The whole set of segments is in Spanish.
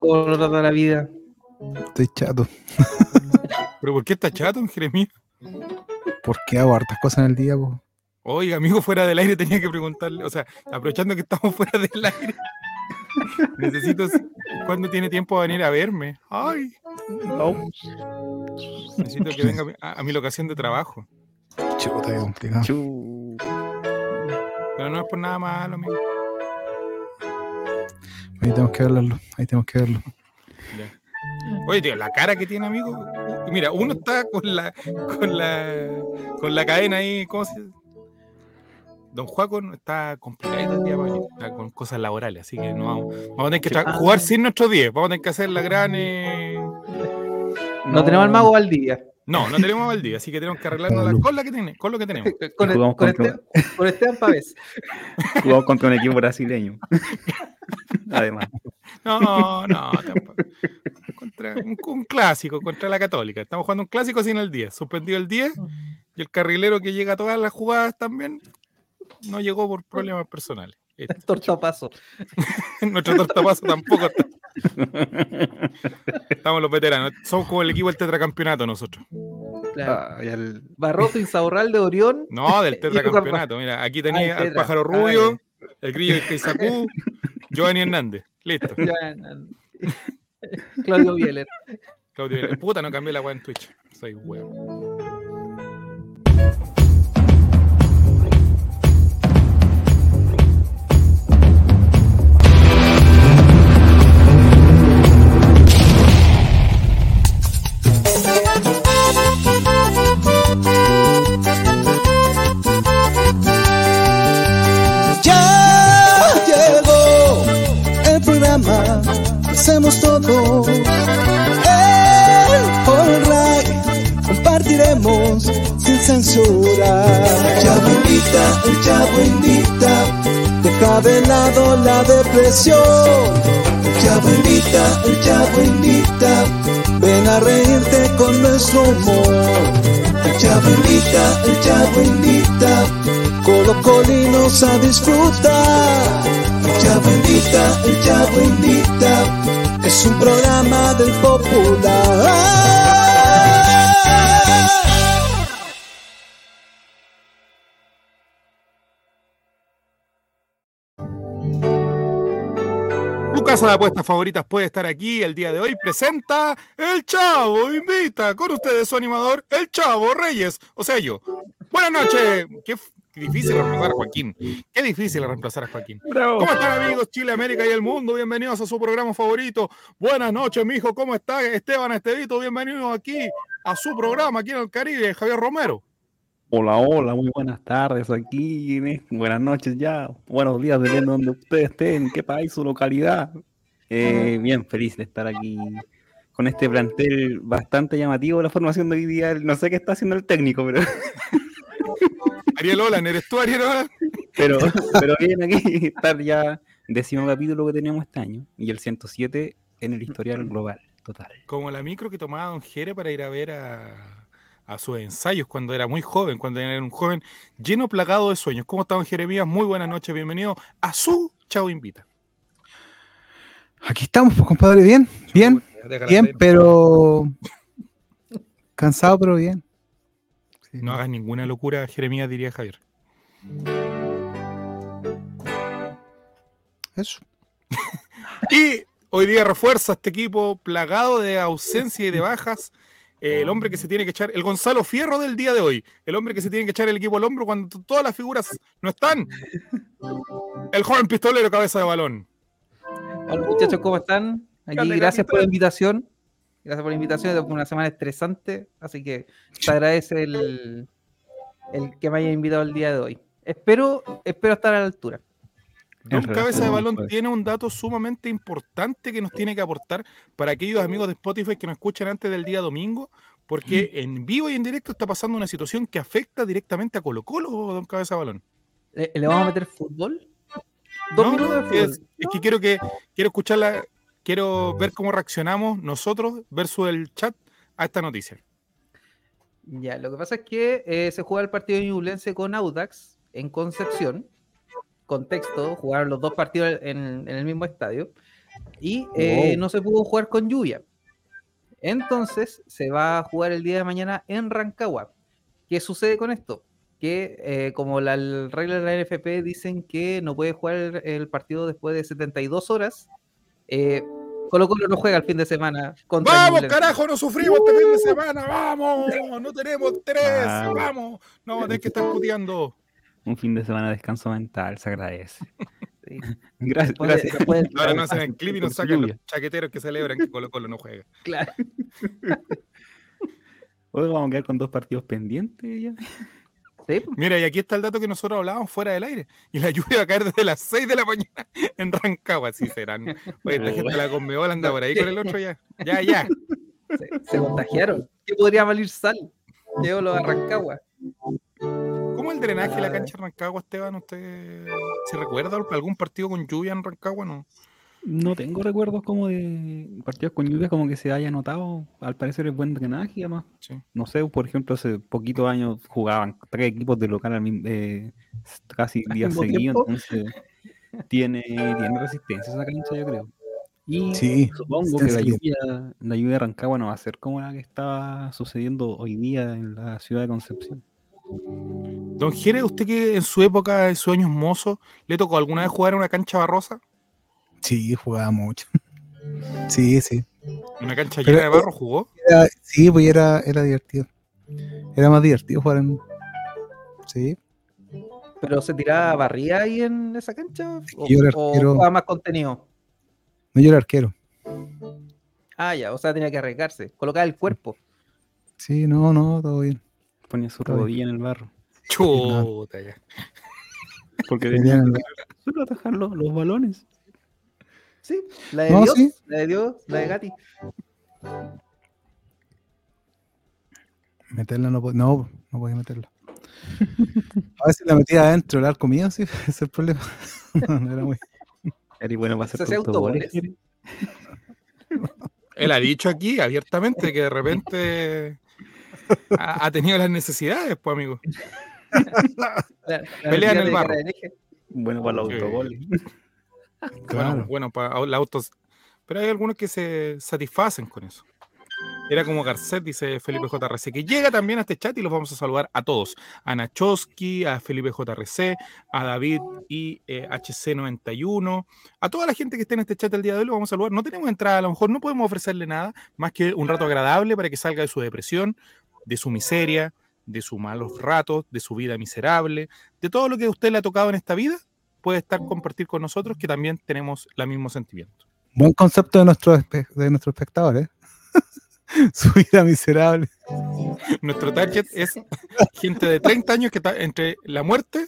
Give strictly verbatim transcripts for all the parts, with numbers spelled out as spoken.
¿Cómo lo trata la vida? Estoy chato. ¿Pero por qué está chato, Jeremías? Porque hago hartas cosas en el día, po. Oiga, amigo, fuera del aire tenía que preguntarle, o sea, aprovechando que estamos fuera del aire, necesito, ¿cuándo tiene tiempo de venir a verme? Ay, No. necesito que venga a, a mi locación de trabajo. Chuta, qué complicado. Chu. Pero no es por nada malo, amigo. Ahí tenemos que verlo, ahí tenemos que verlo. Ya. Oye, tío, la cara que tiene, amigo. Mira, uno está con la con la con la cadena ahí, ¿cómo se dice? Don Juaco está complicado el día para venir, está con cosas laborales, así que no vamos, vamos a tener que tra- jugar sin nuestros diez, vamos a tener que hacer la gran eh... No, no tenemos al mago Valdivia. No, no tenemos al día, así que tenemos que arreglarnos con la que tiene, con lo que tenemos. Con, el, con, contra... Esteban, con Esteban Pavés. Jugamos contra un equipo brasileño. Además. No, no, tampoco. Contra un, un clásico, contra la Católica. Estamos jugando un clásico sin el diez. Suspendido el diez y el carrilero que llega a todas las jugadas también no llegó por problemas personales. Este. El tortapaso. Nuestro tortapaso tampoco está. Estamos los veteranos. Somos como el equipo del tetracampeonato nosotros. Claro. Ah, el... Barroso Insaurral de Orión. No, del tetracampeonato. Mira, aquí tenía al Pájaro Rubio, Ay. el Grillo de Keisacú, Giovanni Hernández. Listo. Claudio Bieler. Claudio Bieler. Puta, no cambié la weá en Twitch. Soy huevo. Hacemos todo el All Right, compartiremos sin censura. El Chavo invita, el Chavo invita, deja de lado la depresión. El Chavo invita, el Chavo invita, ven a reírte con nuestro humor. El Chavo invita, el Chavo invita, colocolinos a disfrutar. El Chavo invita, el Chavo invita, es un programa del popular. Tu casa de apuestas favoritas puede estar aquí el día de hoy. Presenta El Chavo invita. Con ustedes su animador, El Chavo Reyes, o sea yo. Buenas noches. ¿Qué Qué difícil reemplazar a Joaquín. Qué difícil reemplazar a Joaquín. Bravo. ¿Cómo están, amigos? Chile, América y el mundo. Bienvenidos a su programa favorito. Buenas noches, mijo. ¿Cómo está Esteban Estevito? Bienvenidos aquí a su programa, aquí en el Caribe. Javier Romero. Hola, hola. Muy buenas tardes aquí. Buenas noches ya. Buenos días, dependiendo de donde ustedes estén. ¿En qué país, su localidad? Eh, bien, feliz de estar aquí con este plantel bastante llamativo de la formación de hoy día. No sé qué está haciendo el técnico, pero... Ariel Olan, ¿eres tú, Ariel Olan? Pero, pero bien, aquí estar ya décimo capítulo que teníamos este año y el ciento siete en el historial global total. Como la micro que tomaba Don Jere para ir a ver a, a sus ensayos cuando era muy joven, cuando era un joven lleno, plagado de sueños. ¿Cómo está, Don Jeremías? Muy buenas noches, bienvenido a su Chavo Invita. Aquí estamos, pues, compadre, bien, bien, bien, pero cansado, pero bien. Sí. No hagas ninguna locura, Jeremías, diría Javier. Eso. Y hoy día refuerza este equipo plagado de ausencia y de bajas. Eh, el hombre que se tiene que echar, el Gonzalo Fierro del día de hoy, el hombre que se tiene que echar el equipo al hombro cuando todas las figuras no están. El joven pistolero cabeza de balón. Hola, muchachos, ¿cómo están? Aquí, gracias por la invitación. Gracias por la invitación, es una semana estresante, así que te agradece el, el que me haya invitado el día de hoy. Espero, espero estar a la altura. Don Cabeza de Balón tiene un dato sumamente importante que nos tiene que aportar para aquellos amigos de Spotify que nos escuchan antes del día domingo, porque en vivo y en directo está pasando una situación que afecta directamente a Colo Colo, Don Cabeza de Balón. ¿Le, ¿le vamos a meter fútbol? ¿Dos no, minutos de fútbol? Es, es que quiero que quiero escucharla. Quiero ver cómo reaccionamos nosotros versus el chat a esta noticia. Ya, lo que pasa es que eh, se juega el partido de Ñublense con Audax en Concepción. Contexto, jugaron los dos partidos en, en el mismo estadio. y eh, Wow. no se pudo jugar con lluvia. Entonces se va a jugar el día de mañana en Rancagua. ¿Qué sucede con esto? Que eh, como la el regla de la N F P dicen que no puede jugar el, el partido después de setenta y dos horas, eh, Colo Colo no juega el fin de semana contra ¡Vamos, Ñublense. carajo! ¡No sufrimos este fin de semana! ¡Vamos! ¡No tenemos tres! Ah. ¡Vamos! No, tenés que estar puteando. Un fin de semana de descanso mental, se agradece. Sí. Gracias, Después de- gracias. después- Ahora no hacen el clip y nos Por sacan lluvia. los chaqueteros que celebran que Colo Colo no juega. claro. Hoy vamos a quedar con dos partidos pendientes ya. Sí, pues. Mira, y aquí está el dato que nosotros hablábamos fuera del aire. Y la lluvia va a caer desde las seis de la mañana en Rancagua, así serán. Oye, esta gente de la Conmebol anda por ahí con el otro ya. Ya, ya. se, se contagiaron. ¿Qué podría valer sal? Llegó lo de Rancagua. ¿Cómo el drenaje de la cancha de Rancagua, Esteban? ¿Usted se recuerda algún partido con lluvia en Rancagua? No. No tengo recuerdos como de partidos con lluvia como que se haya notado. Al parecer es buen drenaje, además. Sí. No sé, por ejemplo, hace poquitos años jugaban tres equipos de local al mismo- eh, casi ¿Al días mismo seguidos, tiempo? entonces tiene, tiene resistencia esa cancha, yo creo. Y Sí, supongo que la resistencia. lluvia, la lluvia de Rancagua no va a ser como la que está sucediendo hoy día en la ciudad de Concepción. Don Jere, ¿usted que en su época, en sus años mozos, le tocó alguna vez jugar en una cancha barrosa? Sí, jugaba mucho. Sí, sí. ¿Una cancha Pero- llena de barro jugó? Era- sí, pues era, era divertido. Era más divertido jugar en. Sí. ¿Pero se tiraba barría ahí en esa cancha? ¿O, Yo era o arquero. jugaba más contenido? No, yo era arquero. Ah, ya, o sea, tenía que arriesgarse. Colocar el cuerpo. Sí, no, no, todo bien. Ponía su Está bien. rodilla en el barro. Chuta, ya. Porque Tenía tenía el- que solo atajar los, los balones. Sí, la de No, Dios, sí. la de Dios, la de Gatti. Meterla no po- no, no podía meterla. A veces la metía adentro del arco mío, sí, ese es el problema. No era muy. Era bueno para hacer ¿Se hacía autogoles. autogoles? Él ha dicho aquí abiertamente que de repente ha, ha tenido las necesidades, pues, amigo. La- la Pelea en metía el de barro. cara del eje. Bueno para los Sí. autogoles. Claro. Bueno, bueno, para los autos. Pero hay algunos que se satisfacen con eso. Era como Garcet, dice Felipe J R C, que llega también a este chat y los vamos a saludar a todos. A Nachowski, a Felipe J R C, a David y eh, H C noventa y uno, a toda la gente que esté en este chat el día de hoy, lo vamos a saludar. No tenemos entrada, a lo mejor no podemos ofrecerle nada más que un rato agradable para que salga de su depresión, de su miseria, de sus malos ratos, de su vida miserable, de todo lo que a usted le ha tocado en esta vida, puede estar compartir con nosotros, que también tenemos el mismo sentimiento. Buen concepto de nuestros espe- de nuestros espectadores. Su vida miserable. Nuestro target es gente de treinta años que está entre la muerte.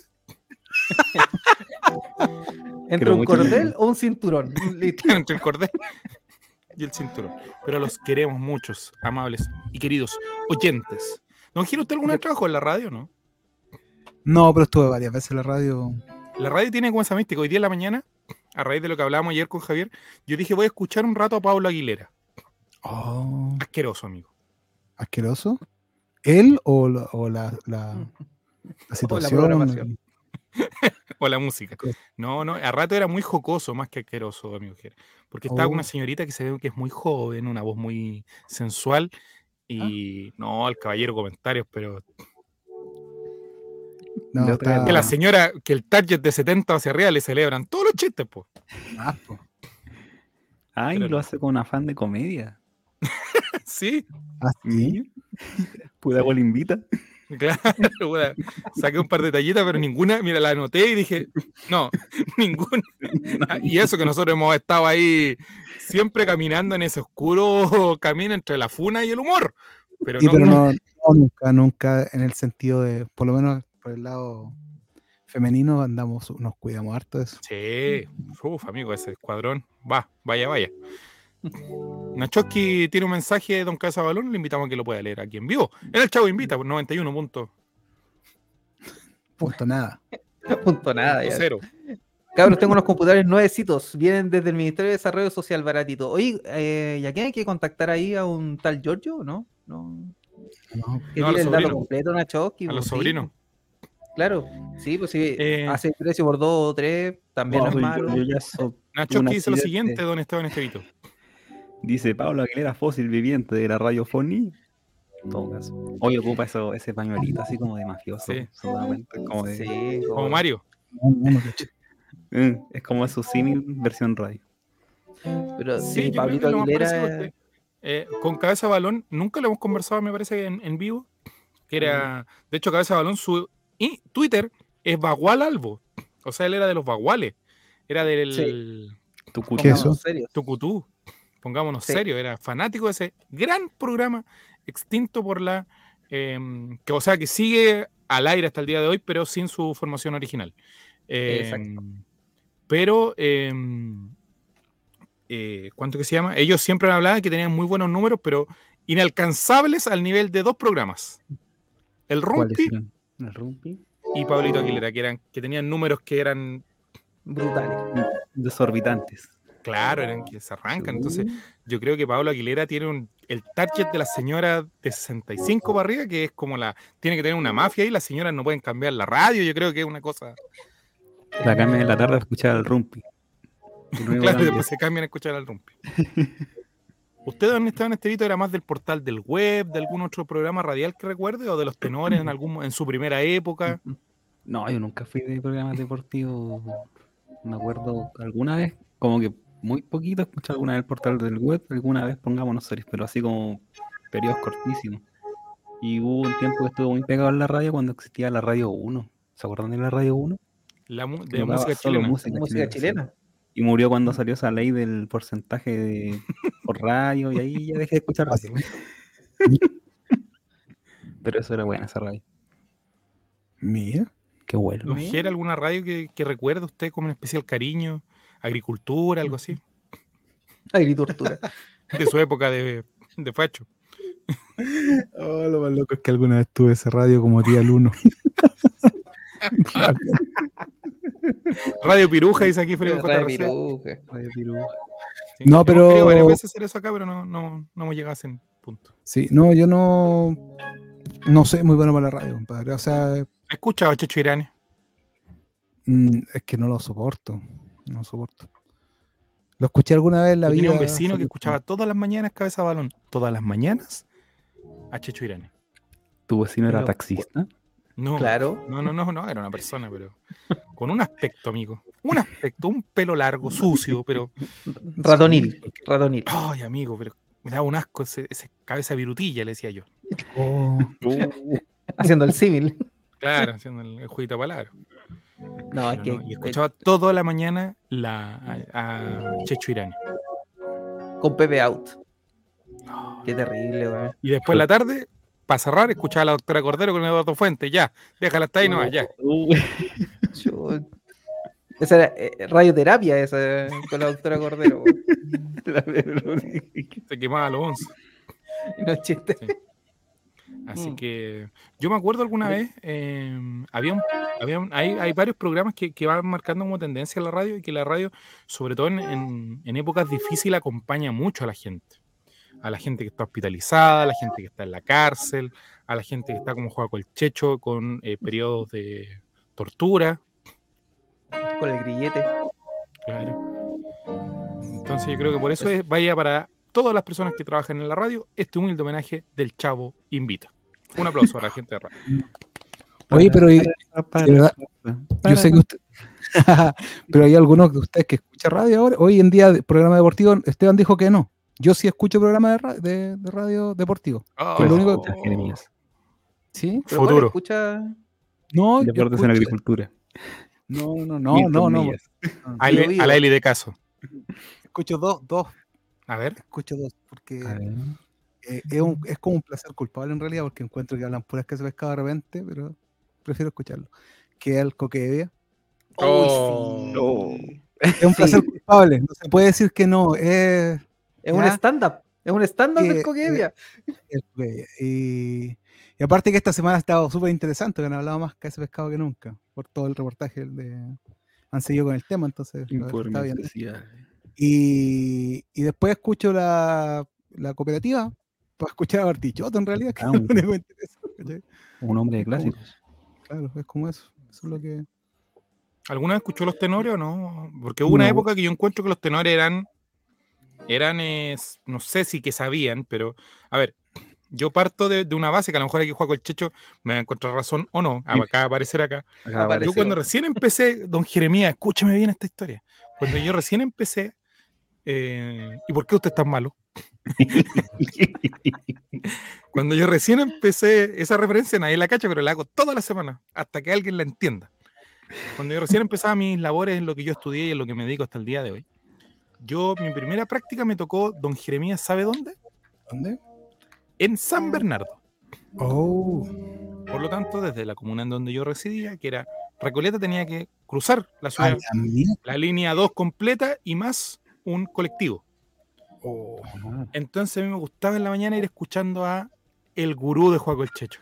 ¿Entre Pero un mucho cordel menos. o un cinturón? Listo. entre el cordel y el cinturón. Pero los queremos muchos, amables y queridos oyentes. Don Giro, ¿usted alguna vez trabajó en la radio, no? No, pero estuve varias veces en la radio. La radio tiene como esa mística. Hoy día en la mañana, a raíz de lo que hablábamos ayer con Javier, yo dije, voy a escuchar un rato a Pablo Aguilera. Oh, Asqueroso, amigo. asqueroso. ¿Él o la, o la, la, la situación? programación. O la música. No, no, a rato era muy jocoso, más que asqueroso, amigo Jere. Porque estaba con Oh. una señorita que se ve que es muy joven, una voz muy sensual. Y no, al caballero comentarios, pero No, De otra está- que la señora, que el target de setenta hacia arriba le celebran todos los chistes, pues. ah, po. Ay, Pero lo no. hace con afán de comedia. Sí, Ah, sí. Pude le invita. claro, puta, saqué un par de tallitas, pero ninguna, mira, la anoté y dije, no, ninguna. Y eso que nosotros hemos estado ahí siempre caminando en ese oscuro camino entre la funa y el humor. Pero Sí, no, pero no, no, nunca, nunca en el sentido de, por lo menos por el lado femenino, andamos, nos cuidamos harto de eso. Sí, uf, amigo, ese escuadrón, va, vaya, vaya. Nachowski tiene un mensaje de Don Casa Balón, le invitamos a que lo pueda leer aquí en vivo. En el Chavo Invita, por noventa y uno punto Punto nada. Punto nada. Ya. cero. Cabros, tengo unos computadores nuevecitos. Vienen desde el Ministerio de Desarrollo Social baratito. Oye, eh, ¿y a quién hay que contactar ahí? ¿A un tal Giorgio o no? No. No, Que No, a los tiene el dato sobrinos. completo, Nachowski. A pues, los sí, sobrinos. Claro, sí, pues sí, Eh, hace precio por dos o tres, también No, no es yo, malo. yo ya so- Nacho, un que dice lo accidente. siguiente, don Esteban Estevito. Dice Pablo Aguilera, fósil viviente de la radiofonía. En todo caso. Hoy ocupa eso, ese pañuelito así como de mafioso. Sí. Solamente, como de, Sí, Como Mario. No, no, no caché. eh, es como su símil versión radio. Pero Sí, sí, yo creo Pablito que es lo más Aguilera. parecido a usted. Eh, con Cabeza de Balón, nunca lo hemos conversado, me parece, en, en vivo. Que era, de hecho, Cabeza de Balón, su y Twitter es Bagual Albo. O sea, él era de los Baguales. Era del Tucutú. ¿Qué es eso? Pongámonos serios. Tucutú. Pongámonos Sí. serio, era fanático de ese gran programa extinto por la. Eh, que, o sea, que sigue al aire hasta el día de hoy, pero sin su formación original. Eh, Exacto. Pero. Eh, eh, ¿Cuánto que se llama? Ellos siempre me hablaban que tenían muy buenos números, pero inalcanzables al nivel de dos programas. El ¿Cuáles Rumpi eran? El Rumpi. y Pablito Aguilera, que, eran, que tenían números que eran, Brutales. Desorbitantes. claro, eran que se arrancan. Entonces, yo creo que Pablo Aguilera tiene un, el target de la señora de sesenta y cinco para arriba, que es como la. Tiene que tener una mafia y las señoras no pueden cambiar la radio. Yo creo que es una cosa. La cambian en la tarde a escuchar al Rumpi. Y luego Claro, y cambia. después se cambian a escuchar al Rumpi. ¿Usted, don Esteban Estevito, era más del portal del web, de algún otro programa radial que recuerde, o de los tenores en algún en su primera época? No, yo nunca fui de programas deportivos. Me acuerdo alguna vez, como que muy poquito, escuché alguna vez el portal del web, alguna vez pongámonos series, pero así como periodos cortísimos. Y hubo un tiempo que estuve muy pegado en la radio cuando existía la Radio uno. ¿Se acuerdan de la Radio uno? La mu- Que de tocaba música solo chilena. música Música chilena, sí. chilena. Y murió cuando salió esa ley del porcentaje de, por radio, y ahí ya dejé de escuchar radio. Pero eso era buena, esa radio. Mira. Qué bueno. ¿Don Jera, alguna radio que, que recuerde usted con un especial cariño? Agricultura, algo así. Agricultura. De su época de, de facho. Oh, lo más loco es que alguna vez tuve ese radio como día al uno. Radio Piruja, dice aquí Freddy Radio J R C. Piruja. Radio Piruja. Sí, No, hemos pero- querido varias veces hacer eso acá, pero no, no, no hemos llegado a ese punto. Sí, no, yo no. No soy muy bueno para la radio, compadre. O sea, ¿Ha escuchado a Checho Irane? mm, es que no lo soporto. No lo soporto. Lo escuché alguna vez en la Yo vida. tenía un vecino que salió- escuchaba todas las mañanas Cabeza de Balón. Todas las mañanas a Checho Irane. ¿Tu vecino era Pero- taxista? No, Claro. no, no, no, no, era una persona, pero con un aspecto, amigo. Un aspecto, un pelo largo, sucio, pero. Ratonil. Ratonil. Ay, amigo, pero me daba un asco ese, ese cabeza virutilla, le decía yo. Oh, Haciendo el símil. Claro, haciendo el, el jueguito de palabras. No, es Pero que no, y escuchaba toda la mañana la, a, a Checho Irane. con Pepe Out. Qué terrible, weón. Y después en la tarde, para cerrar, escuchaba a la doctora Cordero con Eduardo Fuentes. Ya, déjala hasta ahí nomás, ya. Yo- Esa era eh, radioterapia esa con la doctora Cordero, weón. Se quemaba a los once. No es chiste. Sí. Así Mm. que yo me acuerdo alguna vez, eh, había, un, había un- hay, hay varios programas que, que van marcando como tendencia en la radio y que la radio, sobre todo en, en- en épocas difíciles, acompaña mucho a la gente. A la gente que está hospitalizada, a la gente que está en la cárcel, a la gente que está como juega con el Checho, con eh, periodos de tortura. Con el grillete. Claro. Entonces yo creo que por eso es, vaya para todas las personas que trabajan en la radio, este humilde homenaje del Chavo Invita. Un aplauso a la gente de radio. Oye, pero y- de verdad, yo sé que usted. Pero hay algunos de ustedes que escuchan radio ahora. Hoy en día, de- programa deportivo, Esteban dijo que no. Yo sí escucho programas de, ra- de, de radio deportivo. Oh, Pues lo único que- Jeremías. ¿Sí? Pero Futuro. igual escucha. No, yo Deportes en escucho- agricultura. no, no, no, Milton no, no. Millas. A, Vivo, Eli- vivo. a la Eli de caso. Escucho dos, dos, A ver. escucho dos, porque A ver. eh, es, un- es como un placer culpable en realidad, porque encuentro que hablan puras que se pescado de repente, pero prefiero escucharlo. Que el Coquevia. Oh. Uy, sí. Es un Sí. placer culpable, no se puede decir que no, es Es un Ya. stand-up. Es un stand-up Eh, del Coquevia. el Coquevia. Y, y aparte que esta semana ha estado súper interesante, que han hablado más que ese pescado que nunca, por todo el reportaje de, han seguido con el tema, entonces lo- está Informes bien. especiales. Y, y después escucho la, la cooperativa para escuchar a Bartichotto, en realidad, que Ah, es lo un- único que me interesa, ¿cachai? Un hombre de clásicos. Claro, es como eso. Eso es lo que. ¿Alguna vez escuchó los tenores o no? Porque hubo una No. época que yo encuentro que los tenores eran, eran eh, no sé si que sabían, pero, a ver, yo parto de, de una base que a lo mejor aquí Juaco el Checho me va a encontrar razón o no, acaba de aparecer acá. Acá Apareció. Yo cuando recién empecé, don Jeremías, escúcheme bien esta historia. Cuando yo recién empecé, eh, ¿y por qué usted es tan malo? Cuando yo recién empecé, esa referencia nadie la cacha, pero la hago toda la semana, hasta que alguien la entienda. Cuando yo recién empezaba mis labores en lo que yo estudié y en lo que me dedico hasta el día de hoy, yo, mi primera práctica me tocó don Jeremías, ¿sabe dónde? ¿Dónde? En San Bernardo. Oh. Por lo tanto, desde la comuna en donde yo residía, que era Recoleta, tenía que cruzar la A ciudad, la mierda. la línea dos completa y más un colectivo. Oh. Entonces a mí me gustaba en la mañana ir escuchando a el gurú de Juaco el Checho,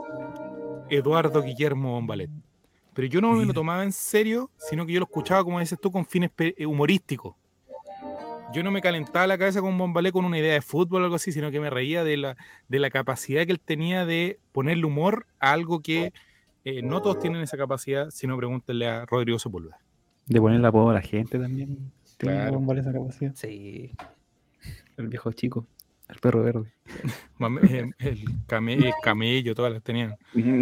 Eduardo Guillermo Bombalet. Pero yo no me lo tomaba en serio, sino que yo lo escuchaba, como dices tú, con fines humorísticos. Yo no me calentaba la cabeza con Bombalet con una idea de fútbol o algo así, sino que me reía de la, de la capacidad que él tenía de ponerle humor a algo que eh, no todos tienen esa capacidad, sino pregúntenle a Rodrigo Sepúlveda. De ponerle apodo a la gente también. Tiene Claro. Bombalet esa capacidad. Sí. El viejo chico. El perro verde. El, el came- camello, todas las tenían.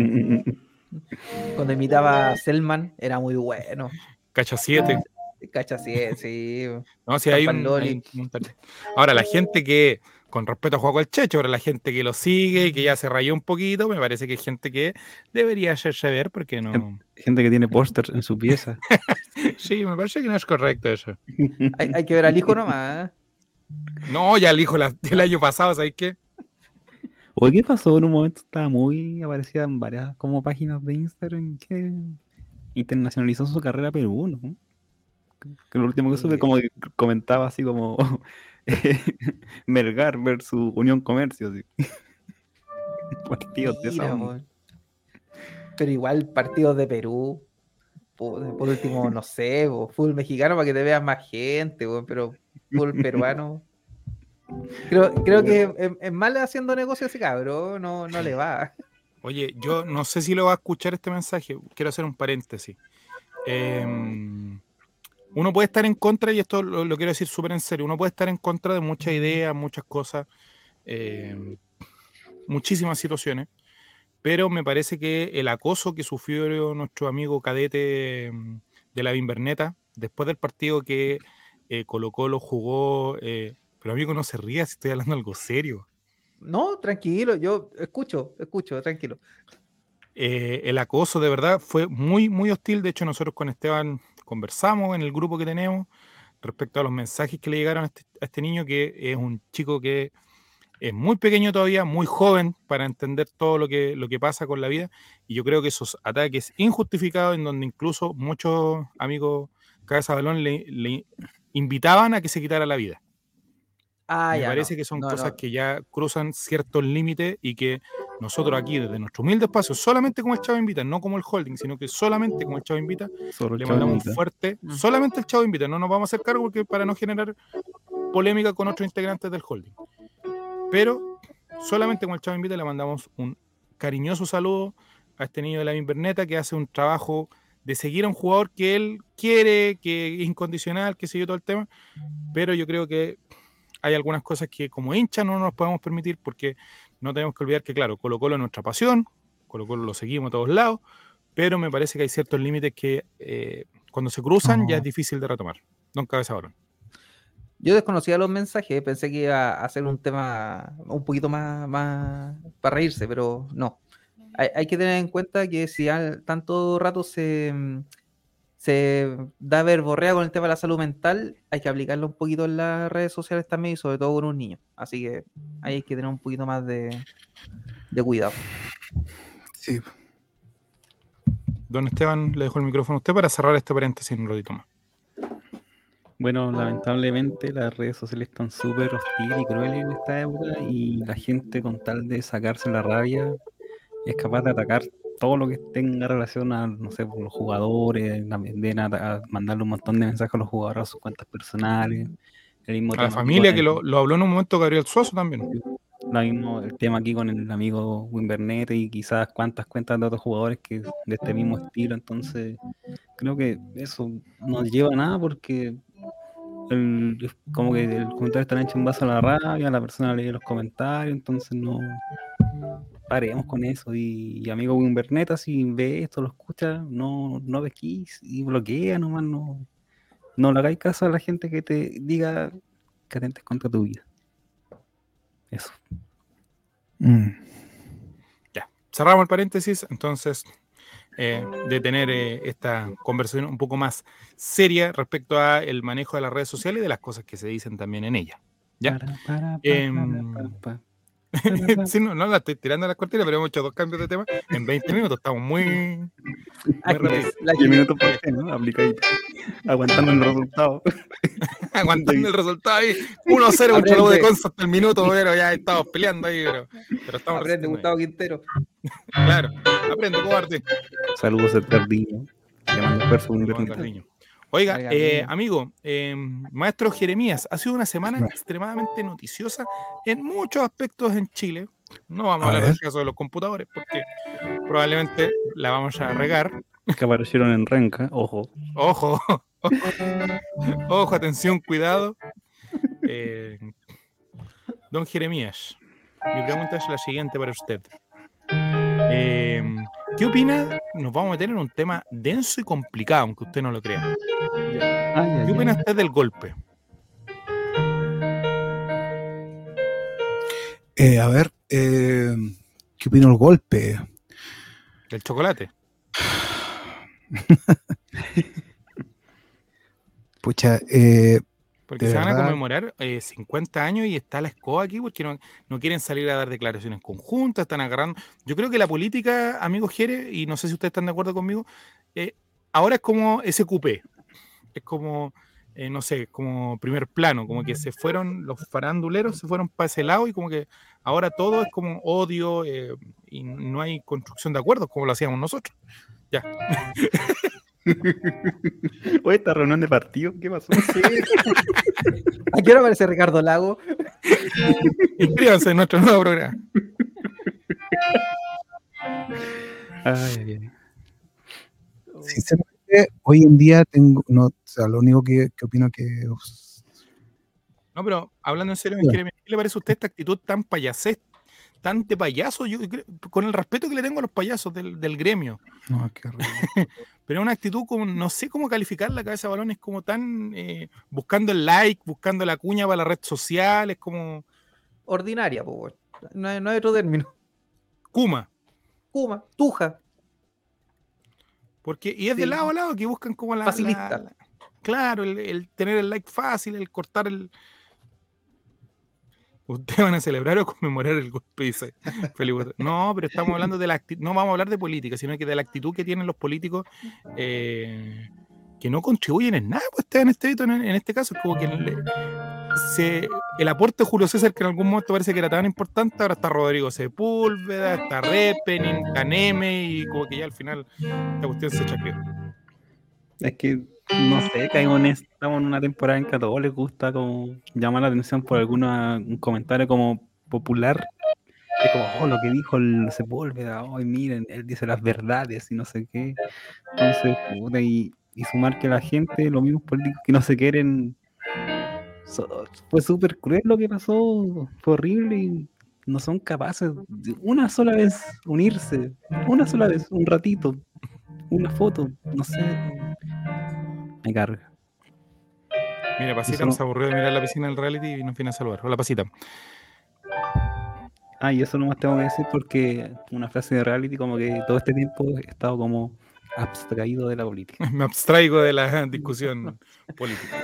Cuando imitaba a Selman, era muy bueno. Cacha siete. Cacha, sí, sí. No, si hay un, Campaloli. hay un- un- Ahora, la gente que, con respeto a Juaco el Checho, ahora la gente que lo sigue y que ya se rayó un poquito, me parece que hay gente que debería hacerse ver porque no. Gente que tiene pósters en su pieza. Sí, me parece que no es correcto eso. Hay, hay que ver al hijo nomás. ¿eh? No, ya el hijo la- del año pasado, ¿sabes qué? Oye, ¿qué pasó? En un momento estaba muy aparecida en varias como páginas de Instagram que internacionalizó su carrera a Perú, ¿no? Que lo último que supe como que comentaba así como Melgar versus Unión Comercio, así. Partidos de esa Mira, onda. po. Pero igual partidos de Perú. Por, por último, no sé, po, fútbol mexicano para que te veas más gente, po, pero fútbol peruano. Creo, creo que es, es mal haciendo negocio ese cabrón, no, no le va. Oye, yo no sé si lo va a escuchar este mensaje. Quiero hacer un paréntesis. Eh, uno puede estar en contra, y esto lo, lo quiero decir súper en serio, uno puede estar en contra de muchas ideas, muchas cosas, eh, muchísimas situaciones, pero me parece que el acoso que sufrió nuestro amigo cadete mm, de la Inverneta, después del partido que eh, Colo Colo jugó, eh, pero amigo, no se ría si estoy hablando algo serio. No, tranquilo, yo escucho, escucho, tranquilo. Eh, el acoso de verdad fue muy, muy hostil. De hecho, nosotros con Esteban conversamos en el grupo que tenemos respecto a los mensajes que le llegaron a este, a este niño, que es un chico que es muy pequeño todavía, muy joven para entender todo lo que, lo que pasa con la vida. Y yo creo que esos ataques injustificados, en donde incluso muchos amigos cabeza de balón le, le invitaban a que se quitara la vida. Ah, Me ya, parece no, que son no, cosas no. que ya cruzan ciertos límites y que nosotros aquí, desde nuestro humilde espacio, solamente como el Chavo Invita, no como el holding, sino que solamente como el Chavo Invita, Solo el le Chavo mandamos Invita. un fuerte, Mm. solamente el Chavo Invita, no nos vamos a hacer cargo porque para no generar polémica con otros integrantes del holding. Pero solamente como el Chavo Invita le mandamos un cariñoso saludo a este niño de la Inverneta que hace un trabajo de seguir a un jugador que él quiere, que es incondicional, que sigue todo el tema, pero yo creo que hay algunas cosas que como hinchas no nos podemos permitir porque no tenemos que olvidar que, claro, Colo Colo es nuestra pasión, Colo Colo lo seguimos a todos lados, pero me parece que hay ciertos límites que eh, cuando se cruzan No. ya es difícil de retomar. Don Cabeza Balón. Yo desconocía los mensajes, pensé que iba a ser un tema un poquito más, más para reírse, pero no. Hay, hay que tener en cuenta que si al, tanto rato se, se da verborrea con el tema de la salud mental, hay que aplicarlo un poquito en las redes sociales también y sobre todo con un niño. Así que ahí hay que tener un poquito más de, de cuidado. Sí. Don Esteban, le dejo el micrófono a usted para cerrar este paréntesis un ratito más. Bueno, lamentablemente las redes sociales están súper hostiles y crueles en esta época y la gente con tal de sacarse la rabia es capaz de atacar todo lo que tenga relación a, no sé, los jugadores, también a, a mandarle un montón de mensajes a los jugadores a sus cuentas personales. El mismo A la tema aquí familia con que el- lo, lo habló en un momento Gabriel Suazo también. lo mismo, el tema aquí con el amigo Wimbernet y quizás cuantas cuentas de otros jugadores que de este mismo estilo, entonces creo que eso no lleva a nada porque el, como que el comentario está hecho en base a la rabia, la persona lee los comentarios, entonces no paremos con eso. Y, y amigo Wimberneta, si ve esto, lo escucha, no, no pesquís y bloquea nomás, no, no le hagáis caso a la gente que te diga que atentes contra tu vida. Eso. Mm. Ya, cerramos el paréntesis, entonces, eh, de tener eh, esta conversación un poco más seria respecto a el manejo de las redes sociales y de las cosas que se dicen también en ellas. ¿Ya? Para, para, pa, Eh, para, pa, pa. sí, no, no la estoy tirando a la cortina, pero hemos hecho dos cambios de tema en veinte minutos, estamos muy, muy rápidos. diez minutos por qué, ¿no? Aplicadito. Aguantando el resultado. Aguantando el resultado ahí. uno cero contra la U de Conce hasta el minuto, pero ya estamos peleando ahí, pero, pero estamos Aprende, Gustavo Quintero. Claro, aprende, cobarde. Saludos al Cardiño. Le mando esfuerzo un Cardiño. Oiga, eh, amigo, eh, maestro Jeremías, ha sido una semana extremadamente noticiosa en muchos aspectos en Chile. No vamos a, a hablar ver. del caso de los computadores porque probablemente la vamos a regar. Que aparecieron en Renca, ojo. Ojo, ojo, ojo, atención, cuidado. Eh, don Jeremías, mi pregunta es la siguiente para usted. Eh, ¿Qué opina? Nos vamos a meter en un tema denso y complicado, aunque usted no lo crea. Ay, ¿Qué opina ay. usted del golpe? Eh, a ver, eh, ¿qué opino del golpe? ¿Del chocolate? Pucha, eh, porque se van verdad? a conmemorar eh, cincuenta años y está la escoba aquí porque no, no quieren salir a dar declaraciones conjuntas, están agarrando. Yo creo que la política, amigo Jere, y no sé si ustedes están de acuerdo conmigo, eh, ahora es como ese cupé, es como, eh, no sé, como primer plano, como que se fueron, los faranduleros se fueron para ese lado y como que ahora todo es como odio eh, y no hay construcción de acuerdos como lo hacíamos nosotros. Ya. Oye, esta reunión de partido, ¿qué pasó? Sí. ¿A qué hora aparece Ricardo Lago? Inscríbanse en nuestro nuevo programa. Ay, ay. Sinceramente, hoy en día tengo, no, o sea, lo único que, que opino que... No, pero hablando en serio, sí. ¿Qué le parece a usted esta actitud tan payasés, tan de payaso? Yo, con el respeto que le tengo a los payasos del, del gremio. No, qué horrible. Pero una actitud como, no sé cómo calificar la cabeza de balón, es como tan eh, buscando el like, buscando la cuña para la red social, es como... Ordinaria, pues, no hay, no hay otro término. Kuma. Kuma, tuja. Porque, y es sí. de lado a lado que buscan como la... Facilista. La, la, claro, el, el tener el like fácil, el cortar el... Ustedes van a celebrar o conmemorar el golpe, dice Felipe. No, pero estamos hablando de la actitud, no vamos a hablar de política, sino que de la actitud que tienen los políticos eh, que no contribuyen en nada, pues en este, en, en este caso es como que el, se, el aporte de Julio César, que en algún momento parece que era tan importante, ahora está Rodrigo Sepúlveda, está Repenin, Caneme, y como que ya al final la cuestión se chaqueó. Es que no sé, caímos en, estamos en una temporada en que a todos les gusta como llamar la atención por alguna, un comentario como popular. Es como, oh, lo que dijo el Sepúlveda, hoy oh, miren, él dice las verdades y no sé qué. Entonces, puta, y, y sumar que la gente, los mismos políticos que no se quieren, so, fue súper cruel lo que pasó, fue horrible y no son capaces de una sola vez unirse, una sola vez, un ratito, una foto, no sé. Me carga. Mira, Pasita nos aburrió de mirar la piscina del reality y nos viene a saludar. Hola, Pasita. Ah, y eso nomás tengo que decir porque una frase de reality como que todo este tiempo he estado como abstraído de la política. Me abstraigo de la discusión política.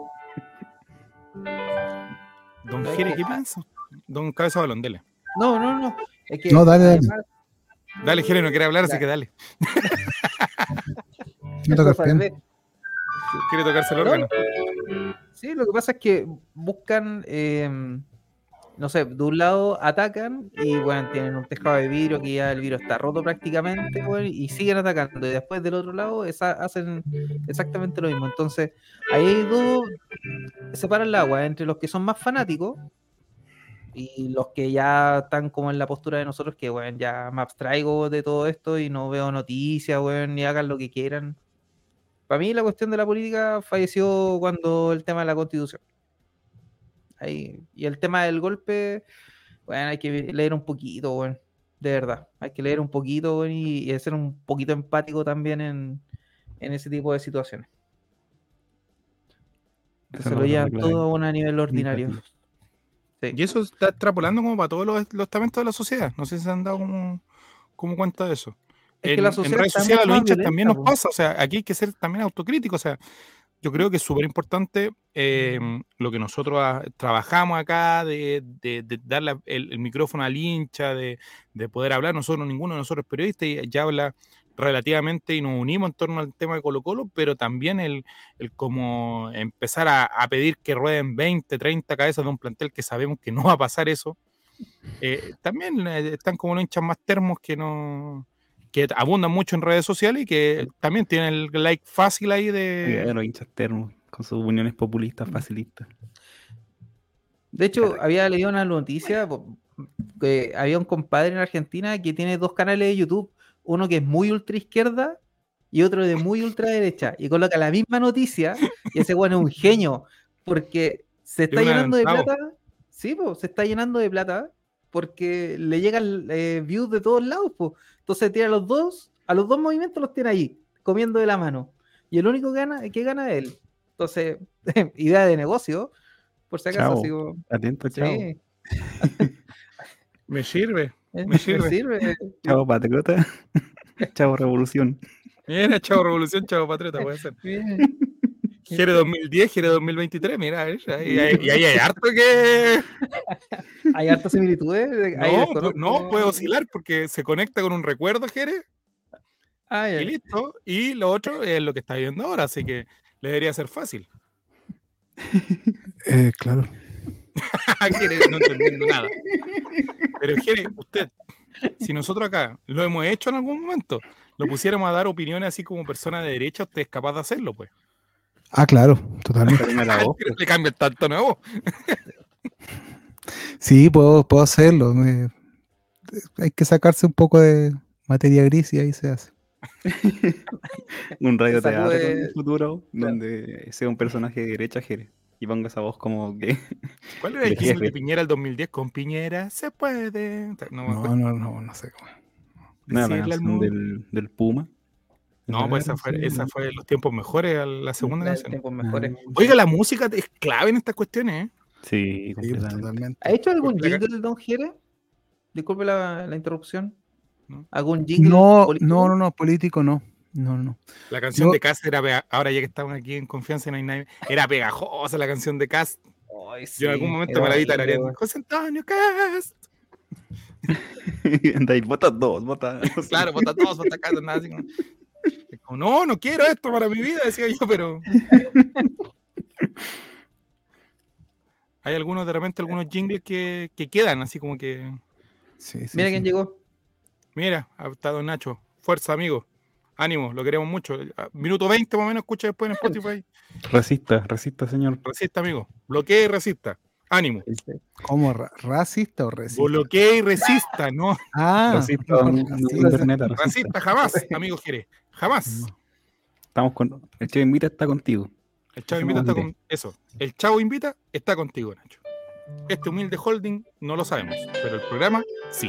Don Jere, ¿qué piensa? Don Cabeza Balón, dele. No, no, no. Es que no, dale, dale. Además... Dale, Jere, no quiere hablar, así que dale. Me toca el ¿Quiere tocarse el órgano? Sí, lo que pasa es que buscan, eh, no sé, de un lado atacan y bueno, tienen un tejado de vidrio que ya el vidrio está roto prácticamente, bueno, y siguen atacando. Y después del otro lado esa, hacen exactamente lo mismo. Entonces, ahí hay dos, separan el agua entre los que son más fanáticos y los que ya están como en la postura de nosotros, que bueno, ya me abstraigo de todo esto y no veo noticias, bueno, ni hagan lo que quieran. para mí la cuestión de la política falleció cuando el tema de la Constitución. Ahí, y el tema del golpe, bueno, hay que leer un poquito, bueno, de verdad. Hay que leer un poquito, bueno, y, y ser un poquito empático también en, en ese tipo de situaciones. Que se lo llevan todo a un nivel ordinario. Sí. Y eso está extrapolando como para todos los, los estamentos de la sociedad. No sé si se han dado como, como cuenta de eso. Es en, que la sociedad en redes está sociales a los mucho más hinchas violenta, también nos po. pasa. O sea, aquí hay que ser también autocríticos. O sea, yo creo que es súper importante eh, lo que nosotros a, trabajamos acá, de, de, de darle el, el micrófono al hincha, de, de poder hablar. Nosotros, ninguno de nosotros es periodista y ya habla relativamente y nos unimos en torno al tema de Colo-Colo, pero también el, el como empezar a, a pedir que rueden veinte, treinta cabezas de un plantel que sabemos que no va a pasar eso. Eh, también eh, están como los hinchas más termos que no que abundan mucho en redes sociales y que también tienen el like fácil ahí de... Sí, los hinchas termos, con sus opiniones populistas facilistas. De hecho, había leído una noticia que había un compadre en Argentina que tiene dos canales de YouTube, uno que es muy ultra izquierda y otro de muy ultra derecha, y coloca la misma noticia, y ese bueno es un genio, porque se está llenando de plata, sí, pues, se está llenando de plata, porque le llegan eh, views de todos lados, pues. Entonces tiene a los dos, a los dos movimientos los tiene ahí, comiendo de la mano, y el único que gana, que gana es él. Entonces, idea de negocio, por si acaso. Chao. Así como, Atento, sí. chao. Me sirve, me sirve. Me sirve. Chao, patriota. Chao, revolución. Mira, chao, revolución, chao, patriota, puede ser. Jere dos mil diez, Jere dos mil veintitrés, mira, y ahí hay, hay, hay harto que... Hay hartas similitudes. No, pues, no, puede oscilar porque se conecta con un recuerdo, Jere, ah, y listo. Y lo otro es lo que está viendo ahora, así que le debería ser fácil. Eh, claro. Jere, no entendiendo nada. Pero Jere, usted, si nosotros acá lo hemos hecho en algún momento, lo pusiéramos a dar opiniones así como persona de derecha, usted es capaz de hacerlo, pues. Ah, claro, totalmente. Le cambia el tanto nuevo. Sí, puedo, puedo hacerlo. Me, hay que sacarse un poco de materia gris y ahí se hace. Un radioteatro de... en el futuro, claro, donde sea un personaje de derecha, Jere, y ponga esa voz como que... ¿Cuál era el jingle de Piñera el dos mil diez? Con Piñera se puede... No, no, no, no, no sé cómo. No, la canción del, del Puma. No, pues esa fue, esa fue Los Tiempos Mejores, la segunda Los canción. Tiempos Mejores. Oiga, la música es clave en estas cuestiones, ¿eh? Sí, completamente. ¿Ha hecho algún jingle del Don Jere? Disculpe la, la interrupción. ¿No? ¿Algún jingle? No, político? no, no, no, político no. No, no. La canción Yo... de Cast era pega... ahora ya que estamos aquí en confianza y no hay nadie, era pegajosa la canción de Cast. Ay, sí, yo en algún momento me la vi tarareando. José Antonio Cast. De ahí, vota dos, vota. Claro, vota dos, vota Cast, nada así como... como, no, no quiero esto para mi vida, decía yo, pero... Hay algunos, de repente, algunos jingles que, que quedan, así como que... Sí, sí, Mira sí. quién llegó. Mira, está don Nacho. Fuerza, amigo. Ánimo, lo queremos mucho. Minuto veinte más o menos, escucha después en Spotify. Resista, resista, señor. Resista, amigo. Bloquea y resista. Ánimo. ¿Cómo? ¿Racista o resista? Bloquea y resista, ¿no? Ah, resista, no, no, resista. internet, resista. Resista jamás, amigo Jere. Jamás. Estamos con... El Chavo Invita está contigo. El Chavo Invita está con... Eso. El Chavo Invita está contigo, Nacho. Este humilde holding no lo sabemos, pero el programa sí.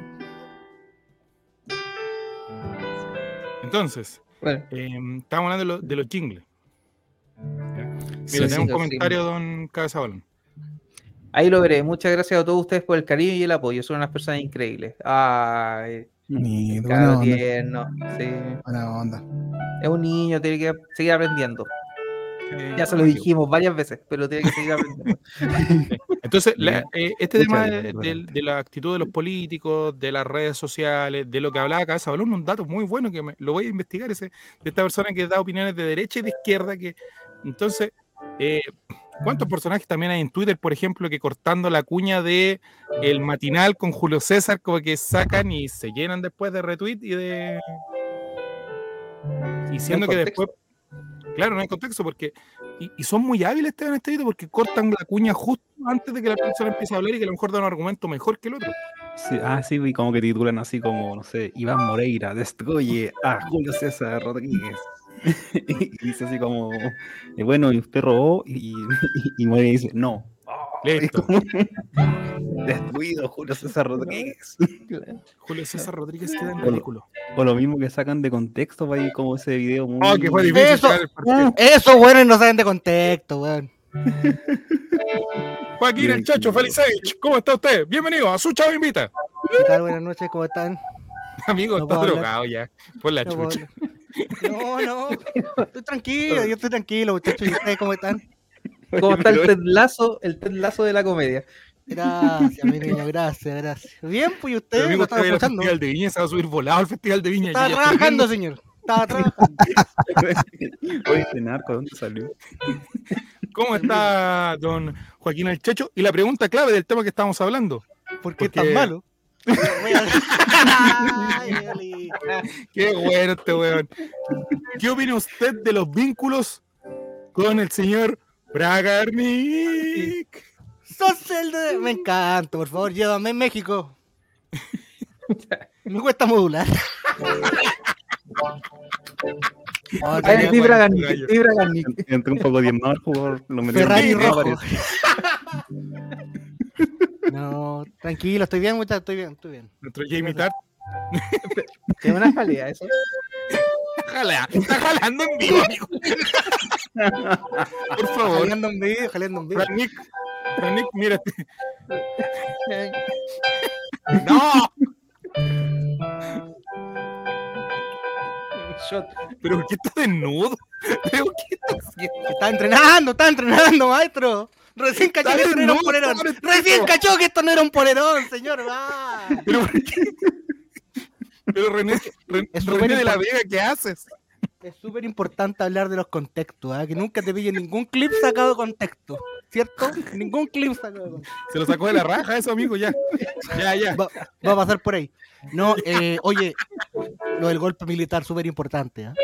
Entonces, bueno. eh, estamos hablando de, lo, de los jingles. Mira, sí, tenemos sí, un comentario, sí. Don Cabeza Balón. Ahí lo veré. Muchas gracias a todos ustedes por el cariño y el apoyo. Son unas personas increíbles. Ay, Mi, claro, tierno. Sí. Buena onda. Es un niño, tiene que seguir aprendiendo. Eh, ya se lo dijimos varias veces, pero tiene que seguir aprendiendo. Entonces, la, eh, este tema de, de, de la actitud de los políticos, de las redes sociales, de lo que hablaba Cabeza Balón, un dato muy bueno que me, lo voy a investigar, ese, de esta persona que da opiniones de derecha y de izquierda. Que entonces, eh, ¿cuántos personajes también hay en Twitter, por ejemplo, que cortando la cuña de el matinal con Julio César, como que sacan y se llenan después de retweet y de... Y siendo que después... Claro, no hay contexto, porque y, y son muy hábiles en este video porque cortan la cuña justo antes de que la persona empiece a hablar y que a lo mejor da un argumento mejor que el otro. Sí, ah, sí, y como que titulan así como, no sé, Iván Moreira destruye a Julio César Rodríguez. y dice así como, eh, bueno, y usted robó, y, y, y Moria dice, no. Listo. Destruido Julio César Rodríguez. Julio César Rodríguez queda en O lo, ridículo. o lo mismo que sacan de contexto para ir como ese video muy... Oh, que fue difícil Eso, sacar el partido. Esos weones no saben de contexto, weón. Joaquín el Chacho Felicevich, ¿cómo está usted? Bienvenido a su Chavo Invita. ¿Qué tal? Buenas noches, ¿cómo están? Amigo, No está puedo drogado ya. Por la No, puedo chucha. hablar. no, no, estoy tranquilo, yo estoy tranquilo, muchachos. ¿Y ustedes cómo están? ¿Cómo está el Ted Lasso, el Ted Lasso de la comedia? Gracias, mi niño, gracias, gracias. Bien, pues, ¿y Pero ustedes? amigo, ¿Lo usted están va a ir al escuchando? Festival de Viña, se va a subir volado al Festival de Viña. Estaba Yo ya estoy trabajando, viendo. señor. Estaba trabajando. Oye, este narco, ¿dónde salió? ¿Cómo está don Joaquín el Chacho? Y la pregunta clave del tema que estamos hablando. ¿Por qué es Porque- tan malo? Voy a- Ay, Eli. Qué bueno este weón. ¿Qué opina usted de los vínculos con el señor Bragarnik? Sos el de... Me encanta, por favor, llévame en México. Me cuesta modular. Oh, Ay, tenía- Di bueno, Braganic, gallo. Di Braganic. Entré un poco diezmado al jugador, lo metí en Ferrari el- no rojo. aparece. No, tranquilo, estoy bien, muchachos, estoy bien, estoy bien. Nuestro Jamie Tart. Es una jalea eso. Jala, está jalando en vivo, amigo. Por favor. Jaleando un video, jaleando un video. Bragarnik, Bragarnik, mírate. ¡No! Shot. ¿Pero por qué está desnudo? ¿Pero qué está haciendo? Está entrenando, está entrenando, maestro. Recién cachó Está que esto no era un desnudo, polerón. pobrecito. Recién cachó que esto no era un polerón, señor. Va. ¿Pero por qué? Pero René, René, Es René súper de la importante. Vega, ¿qué haces? Es súper importante hablar de los contextos, ¿ah? Que nunca te pille ningún clip sacado de contexto, ¿cierto? Ningún clip sacado de contexto. Se lo sacó de la raja eso, amigo, ya. Ya, ya. Va, va a pasar por ahí. No, eh, oye, lo del golpe militar, súper importante, ¿ah?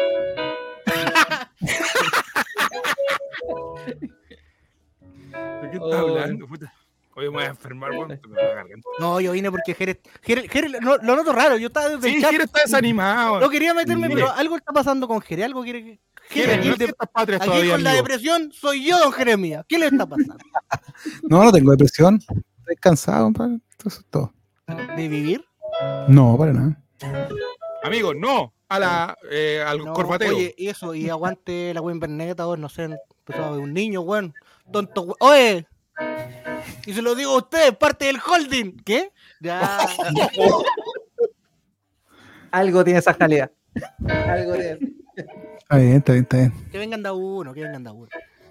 ¿De qué estás Oh. hablando, puta? Oye, me voy a enfermar, weón. Me duele la garganta. No, yo vine porque Jerez, Jerez, Jerez- no, lo noto raro, yo estaba desde Sí, el chat. Jere está desanimado. No quería meterme, Sí. pero algo está pasando con Jerez, algo quiere que... Jere, Jerez, no aquí, es de- fiestas patrias aquí todavía, con la amigo. depresión soy yo, don Jeremías. ¿Qué le está pasando? No, no tengo depresión. Estoy cansado, compadre. Eso es todo. ¿De vivir? No, para nada. Amigo, no a la, eh, al No, corbateo. oye, y eso, y aguante la Win Berneta, o no sé, empezó a ver un niño, weón. Tonto, weón. Oye, y se lo digo a usted, parte del holding. ¿Qué? Ya. Algo tiene esa jalea. Algo tiene. Está bien, está bien, está bien. Que vengan de a uno, que vengan de a uno.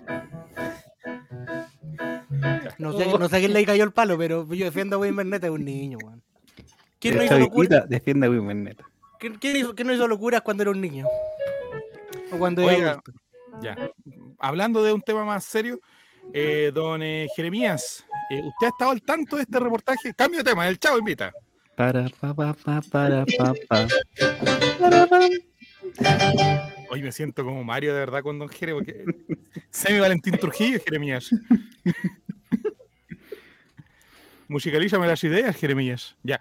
No sé, no sé a quién le cayó el palo, pero yo defiendo a Win Berneta, es un niño, weón. ¿Quién no Esta hizo locuras? viejita defiende a Women Net. ¿Quién, quién hizo, quién no hizo locuras cuando era un niño? O cuando era Oiga, adulto. Ya. Hablando de un tema más serio, eh, don eh, Jeremías, eh, ¿usted ha estado al tanto de este reportaje? Cambio de tema, el Chavo Invita. Para, pa, pa, pa, para, pa, pa. Hoy me siento como Mario de verdad con don Jere, porque Semi Valentín Trujillo, Jeremías. Musicalízame las ideas, Jeremías. Ya.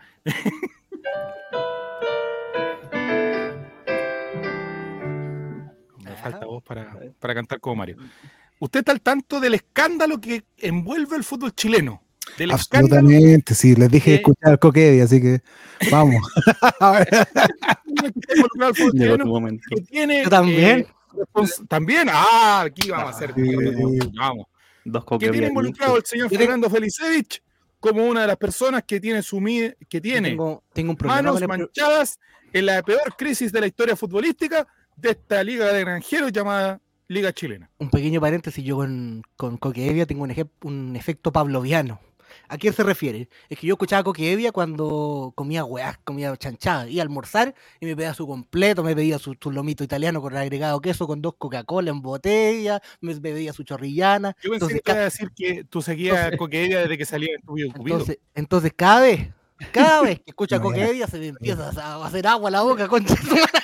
Me falta voz para, para cantar como Mario. ¿Usted está al tanto del escándalo que envuelve el fútbol chileno? Del escándalo Absolutamente, sí. Les dije que- escuchar al Coquevi, así que vamos. que está involucrado el fútbol Llegó chileno, tu momento. que tiene, Yo también. eh, respons- también. Ah, aquí vamos a hacer. Sí. Vamos. Dos Que coquerías. tiene involucrado el señor Yo tengo- Fernando Felicevich como una de las personas que tiene sumi- que tiene Tengo, tengo un problema manos con el pro- manchadas en la peor crisis de la historia futbolística de esta liga de granjeros llamada Liga Chilena. un pequeño paréntesis, yo con, con Coque Evia tengo un, eje- un efecto pavloviano. ¿A quién se refiere? Es que yo escuchaba a Coque Evia cuando comía weás, comía chanchada, iba a almorzar y me pedía su completo, me pedía su, su lomito italiano con agregado queso, con dos Coca-Cola en botella, me pedía su chorrillana. Yo pensé Entonces, que iba a ca- decir que tú seguías a Coquedia desde que salía en tu video cupido. entonces, entonces cada vez, cada vez que escucha a No, Coque ya. Evia se me empieza a hacer agua a la boca, concha.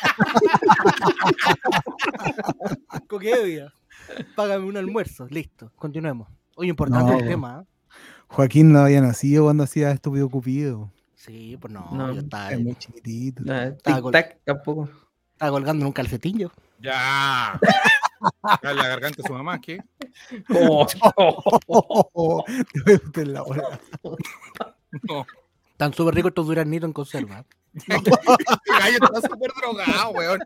Coque Evia, págame un almuerzo, listo, continuemos. Oye, importante No. el tema, ¿eh? Joaquín no había nacido cuando hacía Estúpido Cupido. Sí, pues no, No, yo estaba, Es muy chiquitito. Nada, Estaba tic-tac tampoco. estaba colgando en un calcetillo. Ya. Ya la garganta de su mamá, ¿qué? Oh. No. Están súper ricos estos duraznitos en conserva. Este gallo está súper drogado, weón.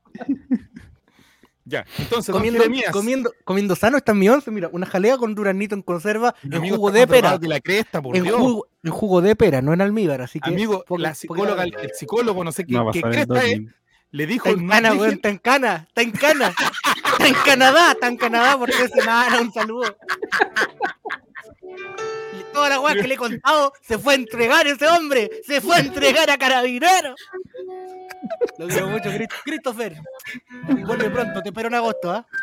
Ya, entonces, Comiendo, don Jeremías, comiendo, comiendo sano está mi once. Mira, una jalea con duraznito en conserva mi en amigo jugo está de más drogado pera. que la cresta, por En Dios. jugo, en jugo de pera, no en almíbar. Así que, Amigo, poco- la psicóloga, el, poquita- el psicólogo, no sé qué, No va a qué pasar el cresta es, doping. le dijo, Está en no cana, dejen- weón, está en cana, está en cana. Está en Canadá, está en Canadá por tres semanas, un saludo. Y toda la weá que le he contado se fue a entregar ese hombre, se fue a entregar a Carabineros. Lo quiero mucho, Chris- Christopher. Vuelve pronto, te espero en agosto, ¿ah?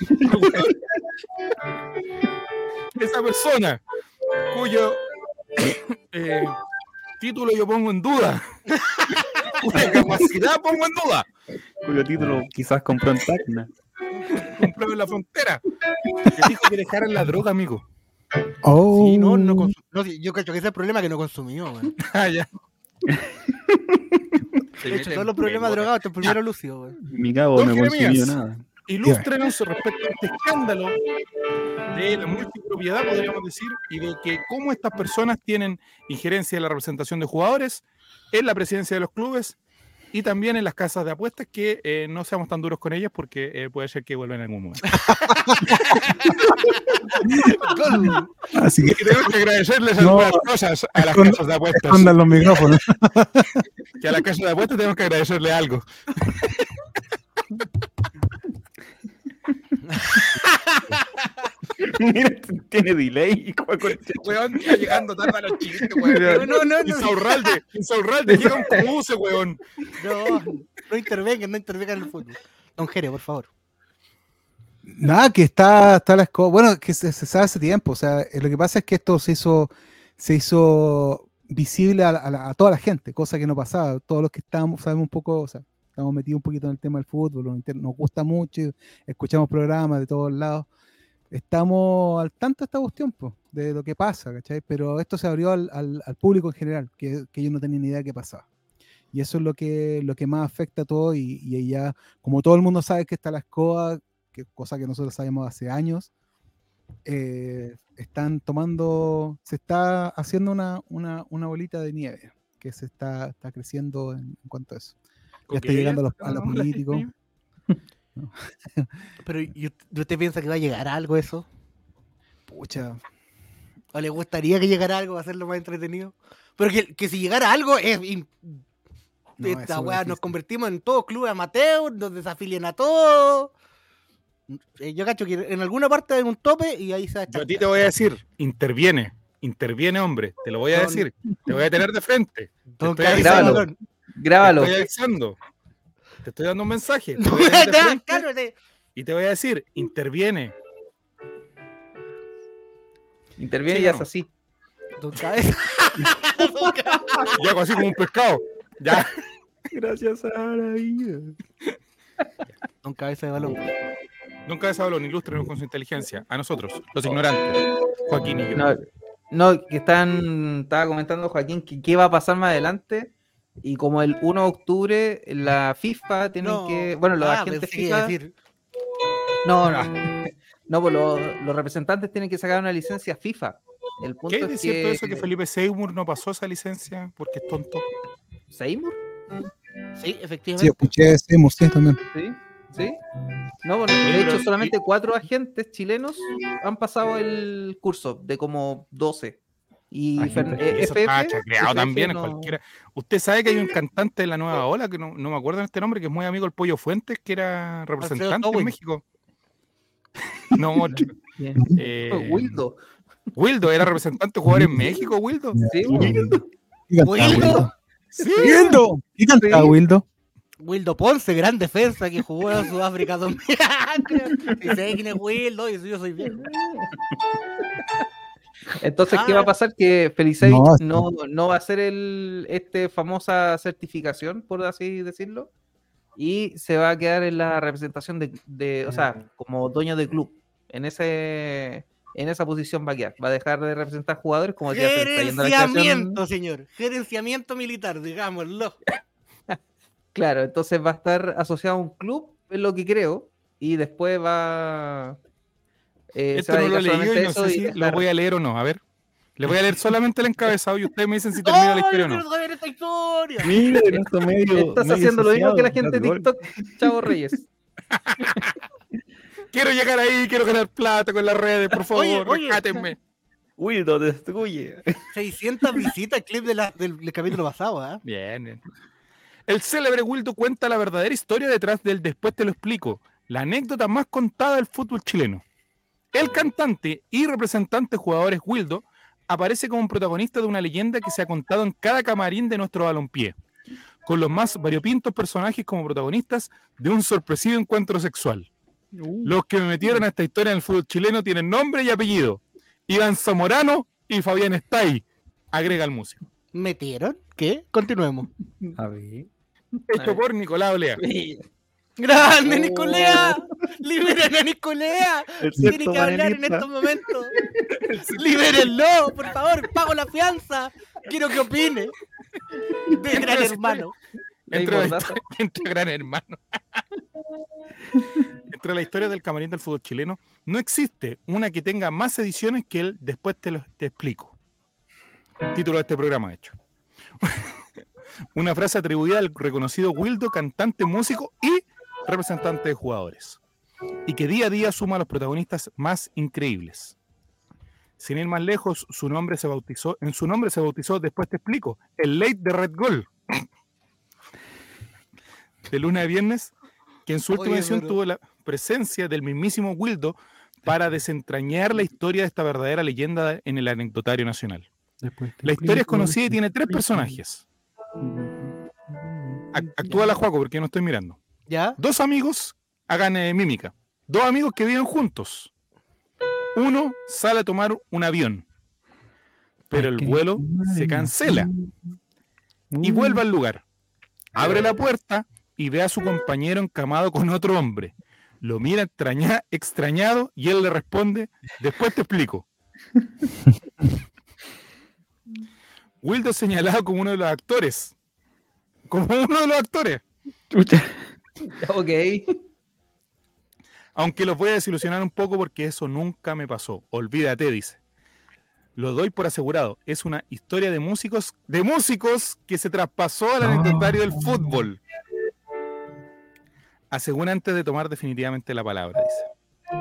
esa persona cuyo eh, título yo pongo en duda, cuya capacidad pongo en duda, Cuyo título quizás compró en Tacna. compró en la frontera, que dijo que dejaran la droga, amigo. Oh. Sí, no, no, consum- no, sí, yo creo que ese es el problema que no consumió, weón. Ah, ya. De hecho, todos los problemas drogados, este es el primero lúcido, weón. Mi cabo Don no consumió Jeremías. nada. Ilústrenos respecto a este escándalo de la multipropiedad, podríamos decir, y de que cómo estas personas tienen injerencia en la representación de jugadores, en la presidencia de los clubes y también en las casas de apuestas, que eh, no seamos tan duros con ellas porque eh, puede ser que vuelvan en algún momento. Así que Y tenemos que agradecerles No. algunas cosas a las Esconda- casas de apuestas. escondan los micrófonos. Que a las casas de apuestas tenemos que agradecerle algo. Mira, tiene delay. Weón, está llegando tarde a los chistes, weón. No, no, no, no. Insaurralde, Insaurralde llega un cruce, weón. No, no intervengan, no intervengan en el fútbol. Don Jere, por favor. Nada, que está, está la escoba. Bueno, que se, se sabe hace tiempo. O sea, eh, lo que pasa es que esto se hizo, se hizo visible a, la- a la- a toda la gente, cosa que no pasaba. Todos los que estamos, sabemos un poco, o sea, estamos metidos un poquito en el tema del fútbol, nos, inter- nos gusta mucho, escuchamos programas de todos lados. Estamos al tanto de esta cuestión, po, de lo que pasa, ¿cachai? Pero esto se abrió al, al- al público en general, que, que ellos no tenían ni idea de qué pasaba. Y eso es lo que, lo que más afecta a todo. Y, y ya, como todo el mundo sabe que está la escoba, que cosa que nosotros sabemos hace años, eh, están tomando, se está haciendo una, una, una bolita de nieve que se está, está creciendo en, en cuanto a eso. Ya está llegando a los, a los políticos. Pero, ¿y usted, y usted piensa que va a llegar algo eso? Pucha, ¿O le gustaría que llegara algo para hacerlo más entretenido? Pero que, que si llegara algo, es in- no, esta eso es weá, nos difícil. convertimos en todos clubes amateur, nos desafilian a todos. Eh, Yo cacho que en alguna parte hay un tope y ahí se va a Yo a ti estancar. te voy a decir, interviene, interviene, hombre, te lo voy a Don- decir, te voy a tener de frente, te Don estoy Cabeza avisando, de Balón. te Grábalo. estoy avisando, te estoy dando un mensaje, te No, voy a tener de ya, frente cálmate. y te voy a decir, interviene. Interviene Sí, y ¿o hace no? así. Don Cabeza. Don Cabeza. Yo hago así como un pescado, ya. Gracias a la vida. Don Cabeza de Balón. Nunca de ese balón, ilústrenos con su inteligencia, a nosotros, los ignorantes, Joaquín y yo. No, no, que están, estaba comentando Joaquín que qué va a pasar más adelante. Y como el uno de octubre, la FIFA tienen No. que. Bueno, los Ah, agentes pensé que iba a FIFA. decir, No, no. No, pues los, los representantes tienen que sacar una licencia FIFA. El punto ¿Qué es de es cierto que. eso que Felipe Seymour no pasó esa licencia porque es tonto? ¿Seymour? Sí, Sí, efectivamente. escuché ese sí, también. Sí, sí. No, bueno, de hecho, solamente cuatro agentes chilenos han pasado el curso de como doce. Y Agentes Fer- eh, Eso F F, está chacreado F F también, no- cualquiera. Usted sabe que hay un cantante de la nueva ola, que no, no me acuerdo en este nombre, que es muy amigo del Pollo Fuentes, que era representante en Tobin. México. No, otro. Bien. Eh, Wildo. Wildo, era representante jugador en México, Wildo. Sí, Wildo. ¿Qué cantaba Wildo. Wildo? Sí. Wildo. ¿Qué cantaba Sí. Wildo? Wildo Ponce, gran defensa que jugó en Sudáfrica dos mil. Si sé quién es Wildo, y yo soy bien. Entonces, ¿qué Ah. va a pasar? Que Felicevich No, no, sí. no, va a hacer el, este famosa certificación, por así decirlo, y se va a quedar en la representación de, de o sea, como dueño de club. En ese en esa posición va a quedar. Va a dejar de representar jugadores, como decía, se está yendo a la Gerenciamiento, creación. señor. Gerenciamiento militar, digámoslo. Claro, entonces va a estar asociado a un club es lo que creo, y después va... Eh, se Esto va a no lo he dedicar leído solamente y a no eso sé y si dejar- lo voy a leer o no. A ver. Le voy a leer solamente el encabezado y ustedes me dicen si termina la historia o yo no. quiero saber esta historia! Mira, en esto medio. Estás medio haciendo lo mismo que la asociado, gente de das gol. TikTok, Chavo Reyes. Quiero llegar ahí, quiero ganar plata con las redes, por favor, Oye, oye. rescátenme. Wildo destruye. seiscientas visitas el clip de la- del, del capítulo pasado, ¿ah? Bien, bien. El célebre Wildo cuenta la verdadera historia detrás del Después te lo explico, la anécdota más contada del fútbol chileno. El cantante y representante de jugadores Wildo aparece como un protagonista de una leyenda que se ha contado en cada camarín de nuestro balompié, con los más variopintos personajes como protagonistas de un sorpresivo encuentro sexual. Los que me metieron a esta historia en el fútbol chileno tienen nombre y apellido. Iván Zamorano y Fabián Estay, agrega el músico. ¿Metieron? ¿Qué? Continuemos. A ver. Hecho por Nicolás Olea. ¡Grande, Oh. Nicolea! ¡Liberen a Nicolea! El Tiene sexto que hablar en panelista. estos momentos. ¡Libérenlo, por favor! ¡Pago la fianza! Quiero que opine. De Gran Hermano. Entre la, mordaza. historia, entre Gran Hermano. Entre la historia del camarín del fútbol chileno, no existe una que tenga más ediciones que el Después te lo te explico. Título de este programa, de hecho. Una frase atribuida al reconocido Wildo, cantante, músico y representante de jugadores. Y que día a día suma a los protagonistas más increíbles. Sin ir más lejos, su nombre se bautizó, en su nombre se bautizó, después te explico, el late de Red Gol. De lunes a viernes, que en su última Oye, edición pero- tuvo la presencia del mismísimo Wildo para desentrañar la historia de esta verdadera leyenda en el anecdotario nacional. Después te La historia es explico, conocida y tiene tres explico. personajes. Ac- Actúa la Juaco porque no estoy mirando. ¿Ya? Dos amigos hagan eh, mímica. Dos amigos que viven juntos. Uno sale a tomar un avión, pero el vuelo se cancela y vuelve al lugar. Abre la puerta y ve a su compañero encamado con otro hombre. Lo mira extraña- extrañado y él le responde, después te explico. Wildo es señalado como uno de los actores. Como uno de los actores. Ok. Aunque los voy a desilusionar un poco porque eso nunca me pasó. Olvídate, dice. Lo doy por asegurado. Es una historia de músicos, de músicos que se traspasó al anecdotario del fútbol. Asegura antes de tomar definitivamente la palabra, dice.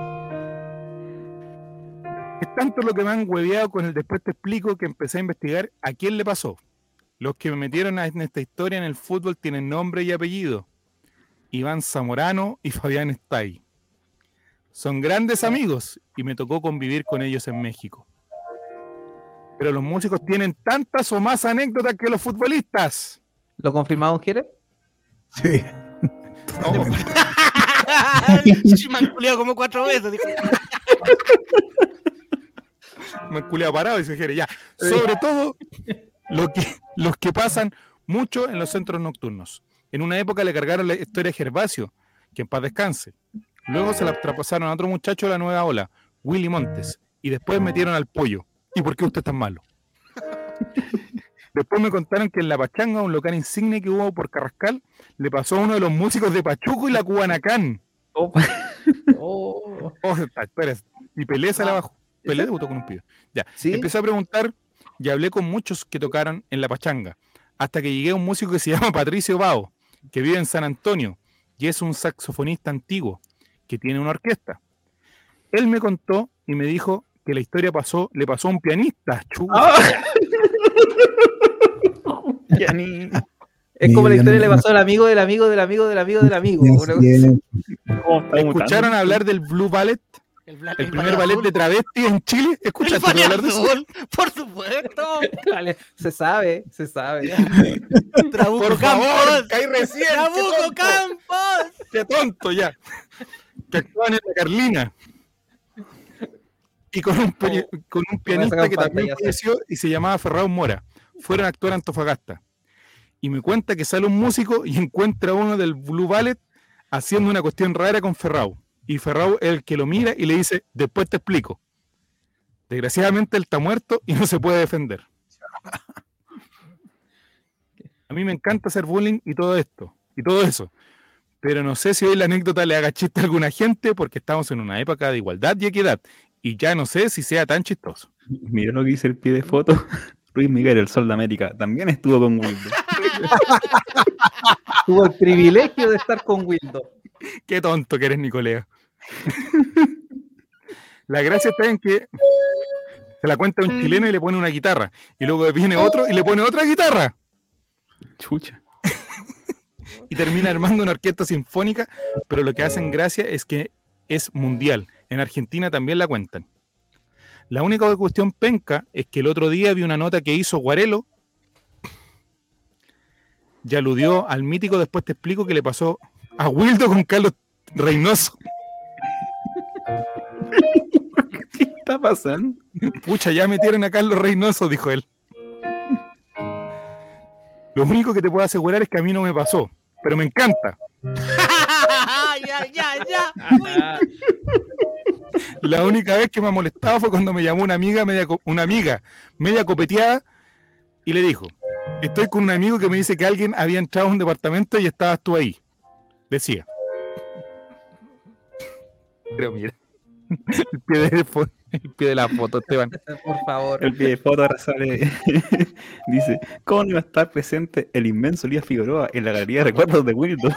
Es tanto lo que me han hueveado con el después te explico que empecé a investigar a quién le pasó. Los que me metieron en esta historia en el fútbol tienen nombre y apellido. Iván Zamorano y Fabián Estay. Son grandes amigos y me tocó convivir con ellos en México. Pero los músicos tienen tantas o más anécdotas que los futbolistas. ¿Lo confirmamos, quiere? Sí. No, Me han culiado como cuatro veces. dijo. me han culeado parado y se quiere ya. Sobre todo lo que, los que pasan mucho en los centros nocturnos. En una época le cargaron la historia a Gervasio, que en paz descanse. Luego se la traspasaron a otro muchacho de la nueva ola, Willy Montes, y después metieron al pollo. ¿Y por qué usted es tan malo? Después me contaron que en La Pachanga, un local insigne que hubo por Carrascal, le pasó a uno de los músicos de Pachuco y la Cubanacán. Oh. Oh, está, espera, y Pelé se la bajó. Pelé debutó con un pibe. Ya, ¿Sí? empecé a preguntar y hablé con muchos que tocaron en La Pachanga, hasta que llegué a un músico que se llama Patricio Bao, que vive en San Antonio, y es un saxofonista antiguo, que tiene una orquesta. Él me contó y me dijo que la historia pasó, le pasó a un pianista. Chu. Ya ni- Es como la Mira, historia no- le pasó al amigo del amigo del amigo del amigo del amigo. Bien, Una cosa- bien. ¿Cómo está ¿Escucharon mutando? hablar del Blue Ballet? El, bla- El el primer ballet ballet azul. de travesti en Chile. El ¿Escuchaste ballet hablar de eso? azul, por supuesto. Vale, se sabe, se sabe. Trabuco Por favor, Campos. caí recién. qué Trabuco tonto, Campos. qué tonto ya. Que actuaban en la Carlina. Y con un, pe- con un pianista que también falleció y se llamaba Ferrao Mora. Fueron a actuar a Antofagasta. Y me cuenta que sale un músico y encuentra a uno del Blue Ballet haciendo una cuestión rara con Ferrao. Y Ferrao es el que lo mira y le dice, después te explico. Desgraciadamente él está muerto y no se puede defender. A mí me encanta hacer bullying y todo esto, y todo eso. pero no sé si hoy la anécdota le haga chiste a alguna gente porque estamos en una época de igualdad y equidad. Y ya no sé si sea tan chistoso. Mira lo que dice el pie de foto. Luis Miguel, el Sol de América, también estuvo con Wildo. Tuvo el privilegio de estar con Wildo. Qué tonto que eres, Nicolea. La gracia está en que se la cuenta un chileno y le pone una guitarra. Y luego viene otro y le pone otra guitarra. Chucha. Y termina armando una orquesta sinfónica, pero lo que hacen gracia es que es mundial. En Argentina también la cuentan. La única cuestión penca es que el otro día vi una nota que hizo Guarelo y aludió al mítico Después Te Explico que le pasó a Wildo con Carlos Reynoso. ¿Qué está pasando? Pucha, ya metieron a Carlos Reynoso, dijo él. Lo único que te puedo asegurar es que a mí no me pasó, pero me encanta. ya, ya, ya. La única vez que me ha molestado fue cuando me llamó una amiga media, una amiga media copeteada y le dijo: estoy con un amigo que me dice que alguien había entrado a un departamento y estabas tú ahí. Decía. Pero mira, el pie de, el pie de la foto, Esteban. Por favor. El pie de foto ahora sale. Dice: ¿cómo no iba a estar presente el inmenso Elías Figueroa en la galería de recuerdos de Wildo?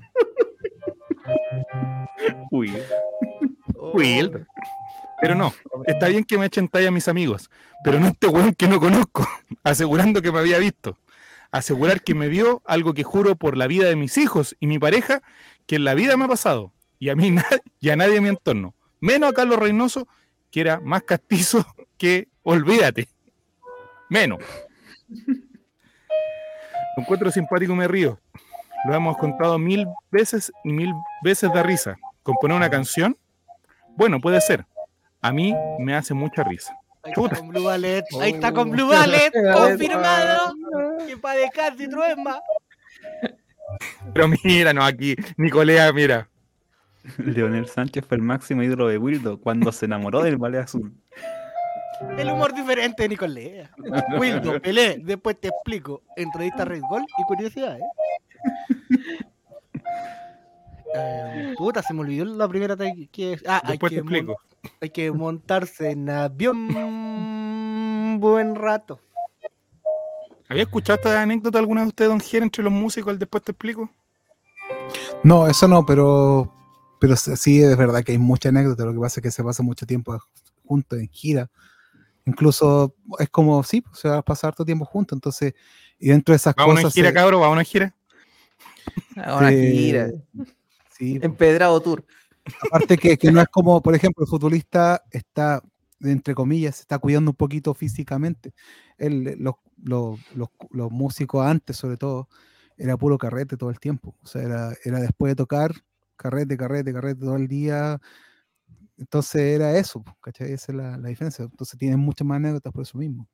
Uy. Wildo. Pero no, está bien que me echen talla a mis amigos, pero no este weón que no conozco, asegurando que me había visto. Asegurar que me vio algo que juro por la vida de mis hijos y mi pareja que en la vida me ha pasado. Y a mí y a nadie en mi entorno. Menos a Carlos Reynoso, que era más castizo que olvídate. Menos. Lo encuentro simpático y me río. Lo hemos contado mil veces y mil veces de risa. ¿Componer una canción? Bueno, puede ser. A mí me hace mucha risa. Ahí Chuta. está con Blue Ballet. Ahí está con Blue Ballet. Confirmado. Que para descansar y truema. Pero mira, no, aquí, Nicolea, mira. Leonel Sánchez fue el máximo ídolo de Wildo cuando se enamoró del ballet azul. El humor diferente de Nicolea. Wildo, Pelé, después te explico. Entrevista Red Gol y curiosidades. Eh, puta, se me olvidó la primera te- que ah, hay Después que te explico. mon- hay que montarse en avión buen rato. ¿Había escuchado esta anécdota alguna de ustedes, don Ger, entre los músicos? El Después te explico. No, eso no, pero, pero sí es verdad que hay mucha anécdota. Lo que pasa es que se pasa mucho tiempo juntos en gira. Incluso es como, sí, se va a pasar todo tiempo juntos. Entonces, y dentro de esas Vamos a una cosas. gira, se- cabro, vamos a una gira. A una se- gira. Sí, Empedrado Tour. aparte que, que no es como, por ejemplo, el futbolista está, entre comillas, se está cuidando un poquito físicamente. Él, los, los, los, los músicos antes, sobre todo, era puro carrete todo el tiempo. O sea, era, era después de tocar, carrete, carrete, carrete todo el día. Entonces era eso, ¿cachai? Esa es la, la diferencia. Entonces tienen muchas más anécdotas por eso mismo.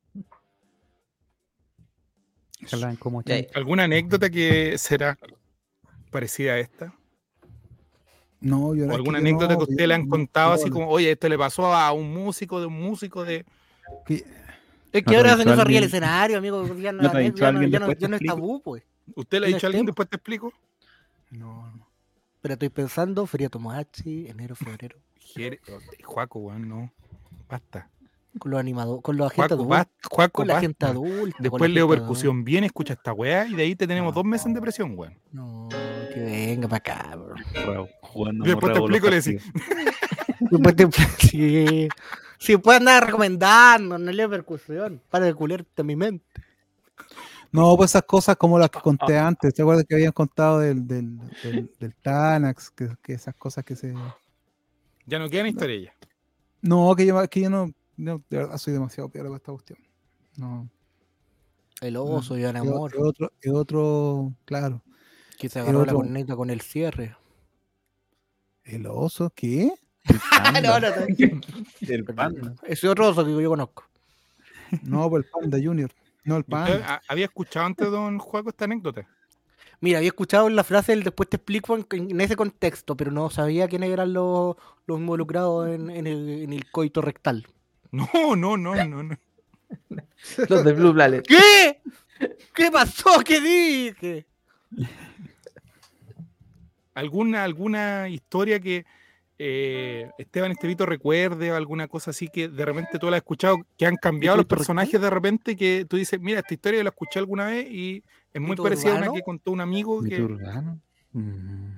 Jalan como Ya, chancho. ¿Alguna anécdota que será parecida a esta? No, yo ¿O no, es alguna que yo anécdota no, que usted le han yo- contado no, así como, oye, esto le pasó a un músico de un músico de... que- Es que ¿No te ahora ha se dicho nos ríe el alguien- escenario, amigo. Ya no, ¿No te ha ya dicho no- alguien ya no- después te ya no es explico? tabú, pues. ¿Usted le ha ¿Ese dicho a es alguien, tema? después te explico? no, no. Pero estoy pensando, Feria Tomodachi, enero, febrero. Jere- Juaco, weón, no. Basta. Con los animadores, con los agentes Juaco, adultos. basta. Juaco, Con la gente basta. adulta. con Después la leo gente percusión bien, escucha esta weá y de ahí te tenemos No. dos meses en depresión, weón. adulta. No, que venga para acá, bro. Jugando- jugando Después te morreo explico, los le decís. partidos. Después te... sí. Si puedes andar recomendando, no leo percusión. Para de culerte mi mente. No, pues esas cosas como las que conté antes. ¿Te acuerdas que habían contado del, del, del, del Tanax? Que, que esas cosas que se. Ya no quedan historias ya. No, que yo, que yo no, no, de verdad soy demasiado peor para esta cuestión. No. El oso, y Es, amor. es otro, es otro, claro. Que se el agarró la otro- corneta con el cierre. ¿El oso? ¿Qué? no, no, El panda. ese otro oso que yo conozco. No, pues el Panda Junior. No, el ¿Usted Panda. ha- había escuchado antes, don Juaco, esta anécdota? Mira, había escuchado la frase del después te explico en, en ese contexto, pero no sabía quiénes eran los, los involucrados en, en el, en el coito rectal. No, no, no, no, no. Los de Blue Ballet. ¿Qué? ¿Qué pasó? ¿Qué dije? ¿Alguna, alguna historia que eh, Esteban Estevito recuerde o alguna cosa así que de repente tú la has escuchado, que han cambiado los personajes de repente, que tú dices, mira, esta historia yo la escuché alguna vez y es muy ¿Mito parecida a una urbano? que contó un amigo ¿Mito que... urbano? Mm.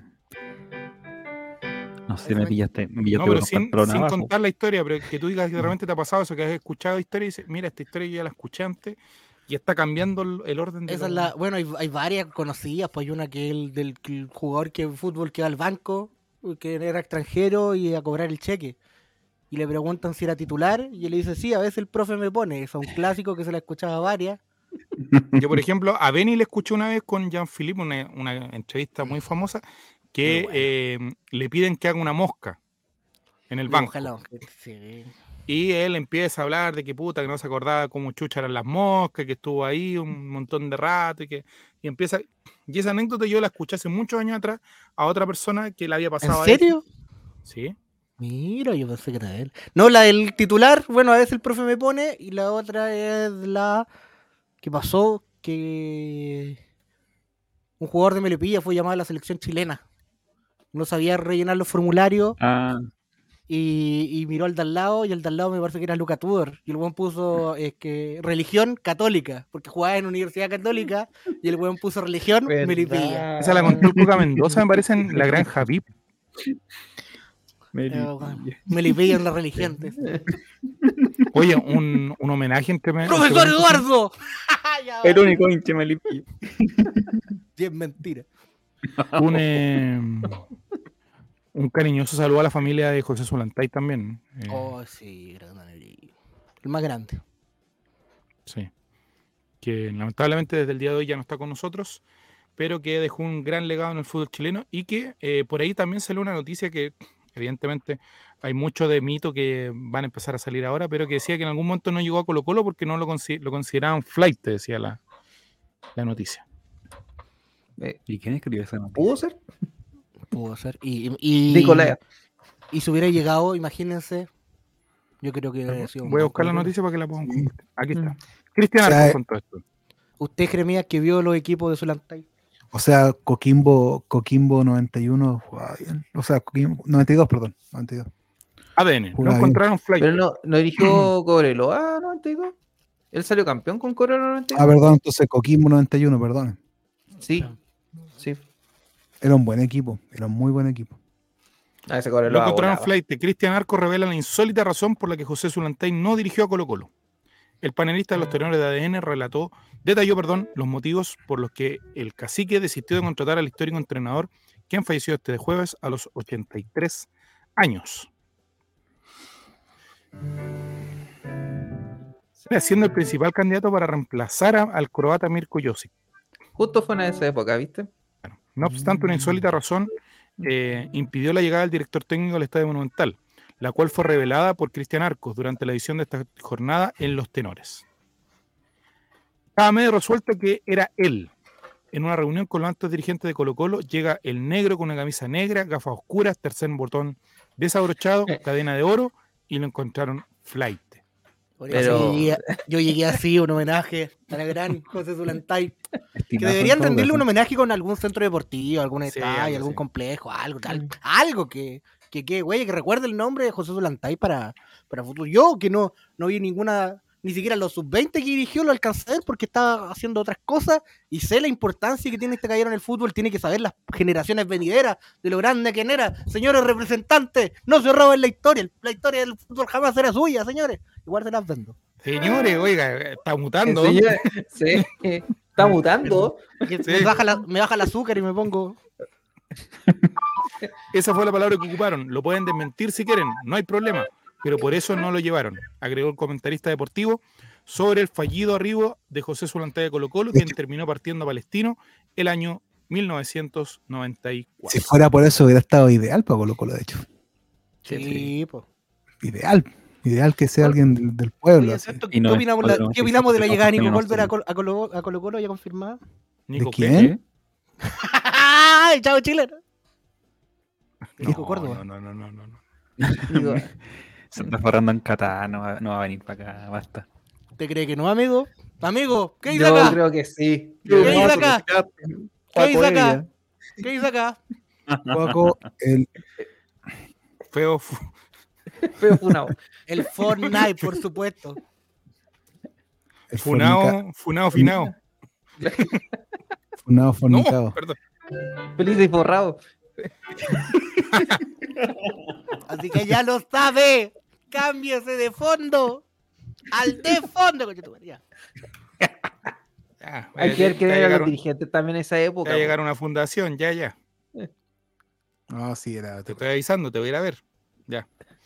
No sé, me pillaste, me pillaste No, por pero los sin, sin pantalones abajo. contar la historia, pero que tú digas que de repente te ha pasado eso, que has escuchado historia y dices, mira, esta historia yo ya la escuché antes y está cambiando el, el orden de Esa es los- la, bueno, hay, hay varias conocidas, pues hay una que es el del que el jugador que de fútbol que va al banco, que era extranjero y a cobrar el cheque. Y le preguntan si era titular, y él le dice, sí, a veces el profe me pone. Es un clásico que se la escuchaba varias. Yo, por ejemplo, a Benny le escuché una vez con Jean-Philippe, una, una entrevista muy famosa, que Muy bueno. eh, le piden que haga una mosca en el banco. Ojalá, sí. Y él empieza a hablar de que puta, que no se acordaba cómo chucha eran las moscas, que estuvo ahí un montón de rato y que y empieza. Y esa anécdota yo la escuché hace muchos años atrás a otra persona que le había ¿En pasado a él. serio? Sí. Mira, yo pensé que era él. No, la del titular, bueno, a veces el profe me pone, y la otra es la que pasó que un jugador de Melipilla fue llamado a la selección chilena. No sabía rellenar los formularios Ah, y, y miró al de al lado, y el de al lado me parece que era Luca Tudor. Y el weón puso es que religión católica, porque jugaba en Universidad Católica, y el weón puso religión Melipilla. Esa la contó el Cuca Mendoza, me parece, en la Granja V I P. me Eh, weón, Melipilla en la religión. Oye, un, un homenaje entre me- ¡Profesor entre- Eduardo! Ya, El único hinche me limpié. sí, es mentira. un, eh, un cariñoso saludo a la familia de José Solantay también. eh, Oh, sí, gran alegría. El más grande. Sí. Que lamentablemente desde el día de hoy ya no está con nosotros, pero que dejó un gran legado en el fútbol chileno y que eh, por ahí también salió una noticia que evidentemente hay mucho de mito que van a empezar a salir ahora, pero que decía que en algún momento no llegó a Colo Colo porque no lo, consi- lo consideraban flight, decía la, la noticia. Eh, ¿Y quién escribió esa noticia? ¿Pudo ser? Pudo ser. Y, y, Nicolás. y si hubiera llegado, imagínense, yo creo que hubiera sido un Voy a buen buscar la Colo-Colo. noticia para que la pongan. Sí. Aquí está. Mm. Cristian O sea, Arcos contó esto. ¿Usted, Jeremías, que vio los equipos de Zulantay? O sea, Coquimbo, Coquimbo noventa y uno jugaba bien. O sea, Coquimbo, noventa y dos, perdón, noventa y dos. A D N, no Jugaba bien. encontraron flight. Pero no, no dirigió Cobreloa noventa y dos. Él salió campeón con Cobreloa noventa y dos. Ah, perdón, entonces Coquimbo noventa y uno, perdón. Sí, sí. Era un buen equipo, era un muy buen equipo. A ese Lo Cobreloa encontraron volaba. flight. Cristian Arcos revela la insólita razón por la que José Zulantay no dirigió a Colo Colo. El panelista de los tenores de A D N relató, detalló, perdón, los motivos por los que el cacique desistió de contratar al histórico entrenador, quien falleció este jueves a los ochenta y tres años. Siendo el principal candidato para reemplazar a- al croata Mirko Josic. Justo fue en esa época, ¿viste? No obstante, una insólita razón eh, impidió la llegada del director técnico al Estadio Monumental, la cual fue revelada por Cristian Arcos durante la edición de esta jornada en Los Tenores. Estaba medio resuelto que era él. En una reunión con los altos dirigentes de Colo Colo, llega el negro con una camisa negra, gafas oscuras, tercer botón desabrochado, cadena de oro, y lo encontraron flight. Pero- Yo, llegué, yo llegué así, un homenaje a la gran José Zulantay. Que Estimazo deberían en todo rendirle un caso. homenaje con algún centro deportivo, algún Sí, estadio, algo algún así. complejo, algo, tal, algo que, que, que, güey, que recuerde el nombre de José Zulantay para, para futuro. Yo, que no, no vi ninguna, ni siquiera los sub veinte que dirigió, lo alcancé a ver porque estaba haciendo otras cosas y sé la importancia que tiene este caballero en el fútbol. Tiene que saber las generaciones venideras de lo grande que era. Señores representantes, no se roben la historia. La historia del fútbol jamás será suya, señores. Igual se las vendo. Señores, oiga, está mutando. El señor- sí, está mutando. Que Sí. me, baja la- me baja el azúcar y me pongo. Esa fue la palabra que ocuparon. Lo pueden desmentir si quieren, no hay problema. Pero por eso no lo llevaron, agregó el comentarista deportivo sobre el fallido arribo de José Zulantay de Colo Colo, quien terminó partiendo a Palestino el año mil novecientos noventa y cuatro. Si fuera por eso, hubiera estado ideal para Colo Colo, de hecho. Sí, pues. Ideal. Ideal que sea alguien del, del pueblo. Oye, así. ¿cierto? Y ¿Qué, no es opinamos, la- cuatro, ¿Qué opinamos de la no, llegada de no, Nico no, Golver a, no. Col- a Colo, a Colo Colo ya confirmada? Nico, ¿De quién? ¡Ay, chavo chileno! No, Nico Córdoba. no, no, no, no, no, no. Digo, Se está forrando en Qatar, no va, no va a venir para acá, basta. ¿Te cree que no, amigo? Amigo, ¿qué dice yo acá? creo que sí. ¿Qué dice acá? ¿Qué dice acá? ¿Qué dice acá? Juaco, el Feo. fu- Feo funado. El Fortnite, por supuesto. el fornica- Funao, funao, finao. funado No, fornicado. perdón. Feliz y forrado. Así que ya lo sabe. Cámbiese de fondo. Al de fondo, conchetumare, ya. Ya, Hay ya- que ver ya quién va a eran llegar los un- dirigentes también en esa ya época. va a po. llegar una fundación, ya, ya. No, sí, era. Te estoy avisando, te voy a ir a ver. Ya.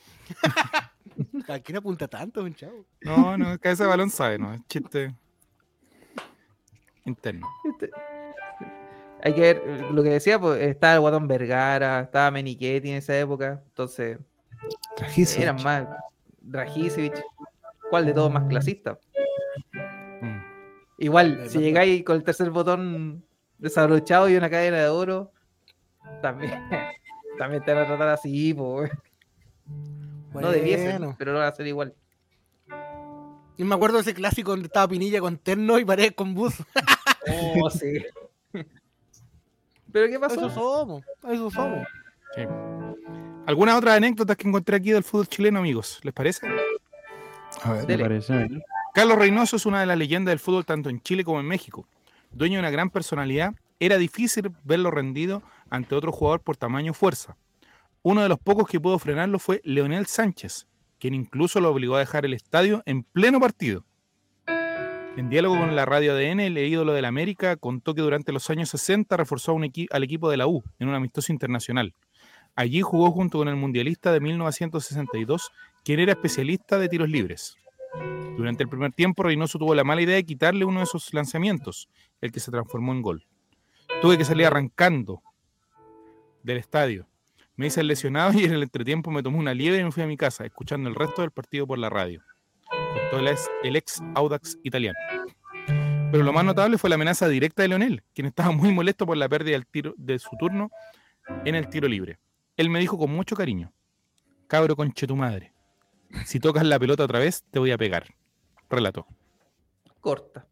¿A quién apunta tanto, un chavo? No, no, es que ese balón sabe, ¿no? Es chiste interno. Hay que ver eh, lo que decía, pues estaba el Guatón Vergara, estaba Menichetti en esa época, entonces Trajísimo. eran más Dragicevic. ¿Cuál de todos más clasista? Mm. Igual, Es si verdad. llegáis con el tercer botón desabrochado y una cadena de oro, también, también te van a tratar así, pues. No debiesen, Bueno. pero lo van a hacer igual. Yo me acuerdo de ese clásico donde estaba Pinilla con terno y Paredes con bus. Oh, sí. ¿Pero qué Eso pasó? somos, eso somos. Sí. Algunas otras anécdotas que encontré aquí del fútbol chileno, amigos. ¿Les parece? A ver, Me Dele. parece bien. Carlos Reynoso es una de las leyendas del fútbol tanto en Chile como en México. Dueño de una gran personalidad, era difícil verlo rendido ante otro jugador por tamaño o fuerza. Uno de los pocos que pudo frenarlo fue Leonel Sánchez, quien incluso lo obligó a dejar el estadio en pleno partido. En diálogo con la radio A D N, el ídolo del América contó que durante los años sesenta reforzó a un equi- al equipo de la U en un amistoso internacional. Allí jugó junto con el mundialista de mil novecientos sesenta y dos, quien era especialista de tiros libres. Durante el primer tiempo, Reynoso tuvo la mala idea de quitarle uno de esos lanzamientos, el que se transformó en gol. Tuve que salir arrancando del estadio. Me hice el lesionado y en el entretiempo me tomé una liebre y me fui a mi casa, escuchando el resto del partido por la radio. Contó el ex, el ex Audax italiano. Pero lo más notable fue la amenaza directa de Leonel, quien estaba muy molesto por la pérdida del tiro, de su turno en el tiro libre. Él me dijo con mucho cariño: cabro conche tu madre, si tocas la pelota otra vez te voy a pegar. Relató. Corta.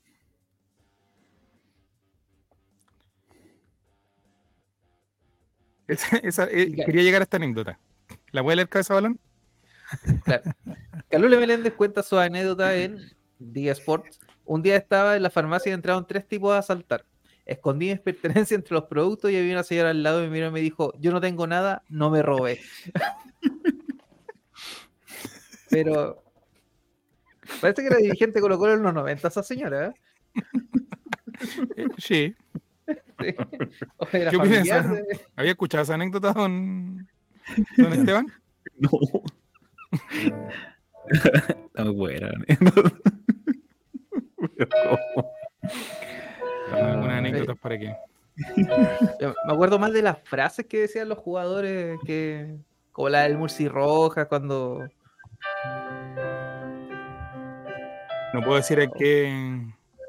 Esa- esa- eh, Ya. quería llegar a esta anécdota. ¿La voy a leer cabeza balón? Claro. Calule Meléndez cuenta su anécdota en Diga Sports. Un día estaba en la farmacia y entraron tres tipos a asaltar. Escondí mis pertenencias entre los productos y había una señora al lado y me miró y me dijo: yo no tengo nada, no me robé. Pero parece que era dirigente Colo Colo en los noventa esa señora, ¿eh? Eh, sí. Sí. O era ¿Qué opinas? familiar de- ¿Había escuchado esa anécdota, don, don Esteban? No. Está muy buena. Algunas anécdotas para que. Yo me acuerdo más de las frases que decían los jugadores, que como la del Murci Rojas cuando... No puedo decir a qué,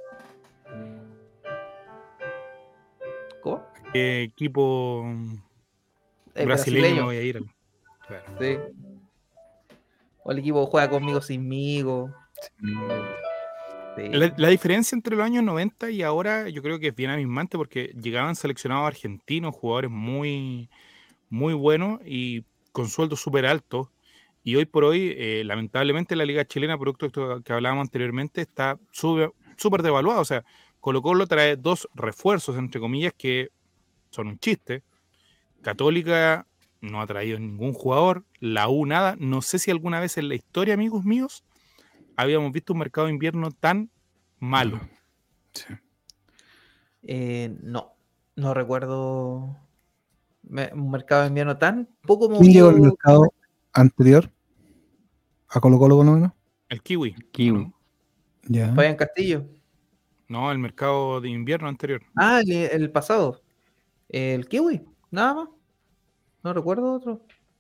¿Cómo? a qué equipo El brasileño me voy a ir. al- Claro. Sí. O el equipo juega conmigo sinmigo. Sí. La, la diferencia entre los años noventa y ahora yo creo que es bien abismante porque llegaban seleccionados argentinos, jugadores muy, muy buenos y con sueldos súper altos. Y hoy por hoy, eh, lamentablemente, la Liga Chilena, producto de esto que hablábamos anteriormente, está súper súper devaluada. O sea, Colo Colo trae dos refuerzos, entre comillas, que son un chiste. Católica no ha traído ningún jugador. La U nada. No sé si alguna vez en la historia, amigos míos, habíamos visto un mercado de invierno tan malo. sí. Eh, no, no recuerdo me- un mercado de invierno tan poco ¿Quién llegó al movido. mercado anterior? ¿A Colo Colo por lo menos? El kiwi. Kiwi. Ya. Fabián Castillo. No, el mercado de invierno anterior. Ah, el, el pasado. El Kiwi, nada más. No recuerdo otro.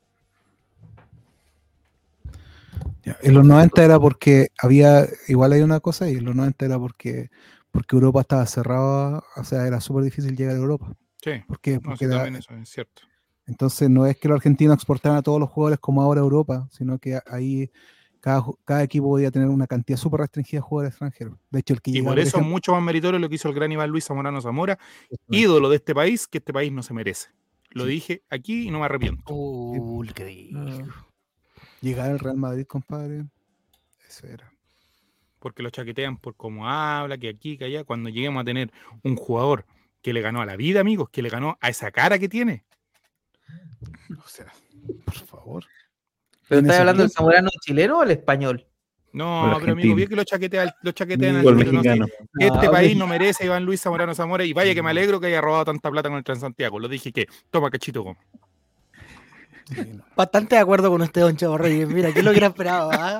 Ya. En los noventa era porque había, igual hay una cosa, y en los noventa era porque, porque Europa estaba cerrada, o sea, era súper difícil llegar a Europa. Sí, Porque, no, porque sí, era- también eso es cierto. entonces no es que los argentinos exportaran a todos los jugadores como ahora a Europa, sino que ahí cada, ju- cada equipo podía tener una cantidad súper restringida de jugadores extranjeros. De hecho, el que Y llegaba, por eso es ejemplo, mucho más meritorio lo que hizo el gran Iván Luis Zamorano Zamora, ídolo de este país, que este país no se merece. Lo dije aquí y no me arrepiento. Uh, qué dijo. Llegar al Real Madrid, compadre. Eso era. Porque lo chaquetean por cómo habla, que aquí, que allá. Cuando lleguemos a tener un jugador que le ganó a la vida, amigos, que le ganó a esa cara que tiene. O sea, por favor. ¿Pero ¿En estás ese hablando del tiempo? zamorano chileno o el español? No, O el pero amigo, argentino. bien que lo chaquetean, lo chaquetean al O el tiro, no sé. mexicano. Este No, país ok. no merece a Iván Luis Zamorano Zamora y vaya que me alegro que haya robado tanta plata con el Transantiago. Lo dije que, toma cachito Gómez. Sí, no. Bastante de acuerdo con usted, don Chavo Reyes. Mira, ¿qué es lo que era esperado? ¿Ah?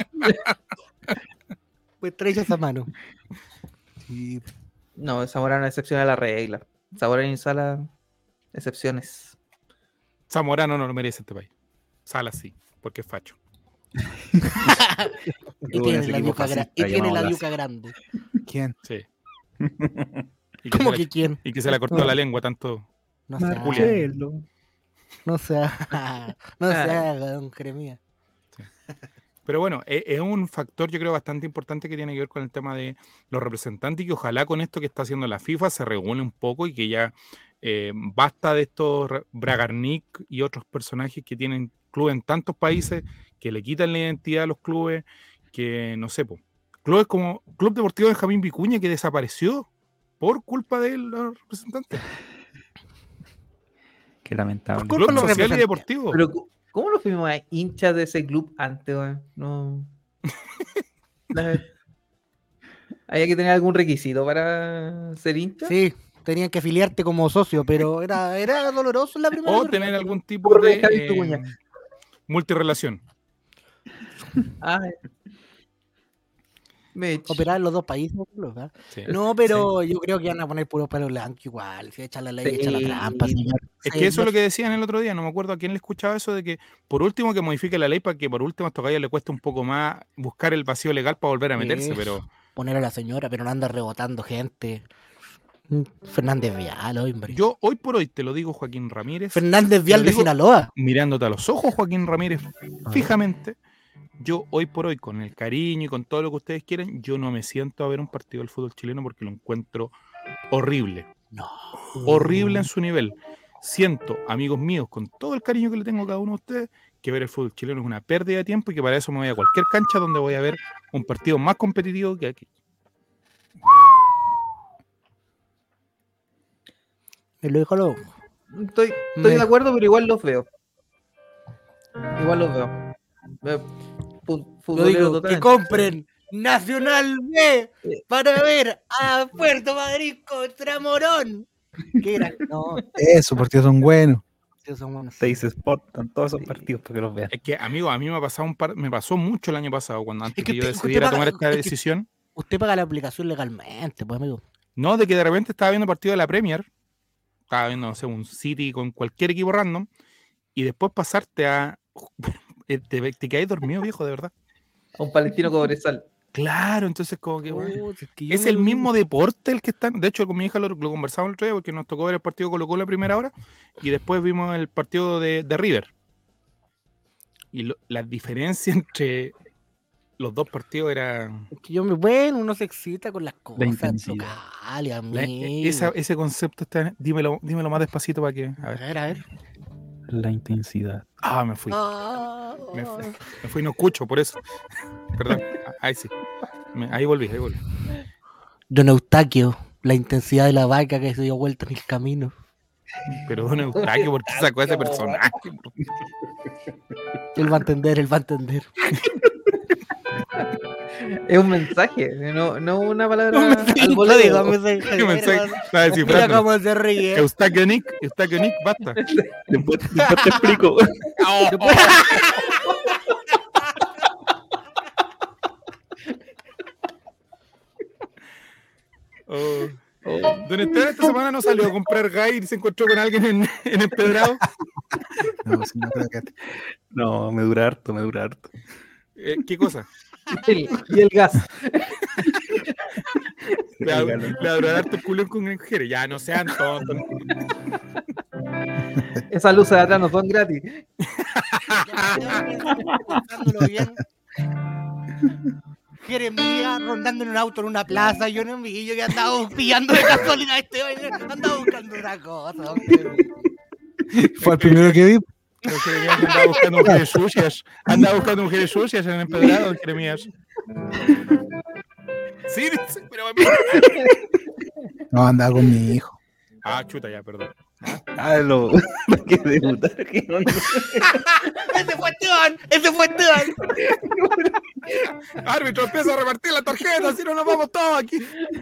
Pues trae esa mano. Sí, No, el zamorano excepciona la regla. Zamorano y Sala, excepciones. Zamorano no lo merece este país. Sala sí, porque es facho. Y tiene la yuca, gra- y tiene la yuca grande. ¿quién? Sí. Y que ¿Cómo se que le- quién? Y que se le cortó la lengua tanto. No se haga, Marcelo. no se haga, no se haga, don Jeremías. Pero bueno, e- es un factor yo creo bastante importante que tiene que ver con el tema de los representantes y que ojalá con esto que está haciendo la FIFA se regule un poco y que ya eh, basta de estos re- Bragarnik y otros personajes que tienen clubes en tantos países que le quitan la identidad a los clubes, que no sé, po, clubes como Club Deportivo Benjamín Vicuña que desapareció por culpa de los representantes. Qué lamentable. Por culpa Club de los Social y representantes. Deportivo. Pero, ¿cómo nos fuimos a hinchas de ese club antes, weón? No. La- ¿Había que tener algún requisito para ser hincha? Sí, tenían que afiliarte como socio, pero era, era doloroso en la primera O versión. tener algún tipo Por de Benjamín eh, Vicuña. multirrelación. Ah, me he hecho. Operar en los dos países. ¿Verdad? Sí. No, pero yo creo que van a poner puro palo blanco igual. Si echa la ley, Sí. echa la trampa, señor. Es Sí, que eso no- es lo que decían el otro día, no me acuerdo a quién le escuchaba eso, de que por último que modifique la ley para que por último a estos gallos le cueste un poco más buscar el vacío legal para volver a meterse, Eso. pero Poner a la señora, pero no anda rebotando gente. Mm, Fernández Vial, hombre. yo hoy por hoy te lo digo, Joaquín Ramírez, Fernández Vial lo de digo- Sinaloa. mirándote a los ojos, Joaquín Ramírez, fijamente, yo hoy por hoy, con el cariño y con todo lo que ustedes quieren, yo no me siento a ver un partido del fútbol chileno porque lo encuentro horrible, No. horrible en su nivel. Siento, amigos míos, con todo el cariño que le tengo a cada uno de ustedes, que ver el fútbol chileno es una pérdida de tiempo y que para eso me voy a cualquier cancha donde voy a ver un partido más competitivo que aquí. Me lo dijo lo. Estoy, estoy Me- de acuerdo, pero igual los veo. Igual los veo. Veo fu- Yo futbolero digo, que totalmente. compren Nacional B para ver a Puerto Madrid contra Morón. Qué gran. No, Esos partidos son buenos. esos son buenos. Teis Sport, están todos esos partidos para que los vean. Es que, amigo, a mí me ha pasado un par, me pasó mucho el año pasado, cuando antes Es que que, yo usted- usted decidiera paga- tomar esta es que- decisión. Usted paga la aplicación legalmente, pues, amigo. No, de que de repente estaba viendo partido de la Premier, estaba viendo, no sé, un City con cualquier equipo random, y después pasarte a... Te, te quedáis dormido, viejo, de verdad. A un palestino cobresal. Claro, entonces como que... bueno, Puta, es que yo es me- el mismo deporte el que están. De hecho, con mi hija lo, lo conversamos el otro día porque nos tocó ver el partido Colo Colo a primera hora y después vimos el partido de, de River. Y lo- la diferencia entre los dos partidos era... es que yo me. Bueno, uno se excita con las cosas intensidad. locales, la- amigo. esa- ese concepto está... Dímelo, dímelo más despacito para que... A A ver. ver, a ver. La intensidad. Ah, me fui. Ah, Me fui, me fui, no escucho, por eso. Perdón. Ahí sí. Me- ahí volví, ahí volví. Don Eustaquio, la intensidad de la vaca que se dio vuelta en el camino. Pero don Eustaquio, ¿por qué sacó a ese personaje? Él va a entender, él va a entender. Es un mensaje, no, no una palabra Un al mensaje, voleo. digo, un mensaje. ¿Qué mensaje? Mira, Está Mira descifrando. cómo se ríe. Eustaquio Nick, Eustaquio Nick, basta. Después, después te explico. Oh. Don Esteban esta semana no salió a comprar gay y se encontró con alguien en, en Empedrado. No, sí, no creo que- No, me dura harto, me dura harto. Eh, ¿Qué cosa? El- y el gas. Le va le va a durar harto el culo con mujeres. Ya, no sean tontos. Esas luces de atrás no son gratis. Pensándolo bien. Jeremías rondando en un auto en una plaza. Yo no vi, yo que andaba pillando de casualidad este baile. Andaba buscando otra cosa. Hombre. Fue el primero que vi. Pero Jeremías andaba buscando mujeres sucias. Andaba buscando mujeres sucias en el empedrado, Jeremías. Sí, pero No, andaba con mi hijo. Ah, chuta, ya, perdón. Ah, lo que debutar. Que no, no. ¡Ese fue Esteban! ¡Ese fue Esteban! Árbitro, empieza a repartir la tarjeta, si no nos vamos todos aquí.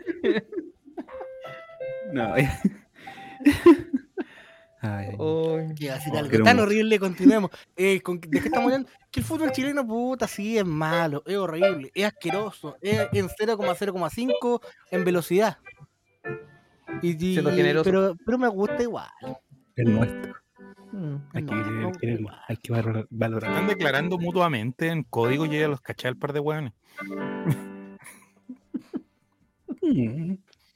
No, ya. Ay, ay. Oh, ¿Qué va a decir Oh, algo qué tan hermoso. horrible? Continuemos. Eh, ¿con- ¿De qué estamos hablando? Que el fútbol chileno, puta, sí, es malo, es horrible, es asqueroso, es en cero coma cero coma cinco en velocidad. Y, y- Siendo generoso. pero, pero me gusta igual. Es nuestro. mm. Hay que, No, no, quererlo, hay que valor- valorar. Están declarando mutuamente en código y yo ya los caché al par de hueones. Mm.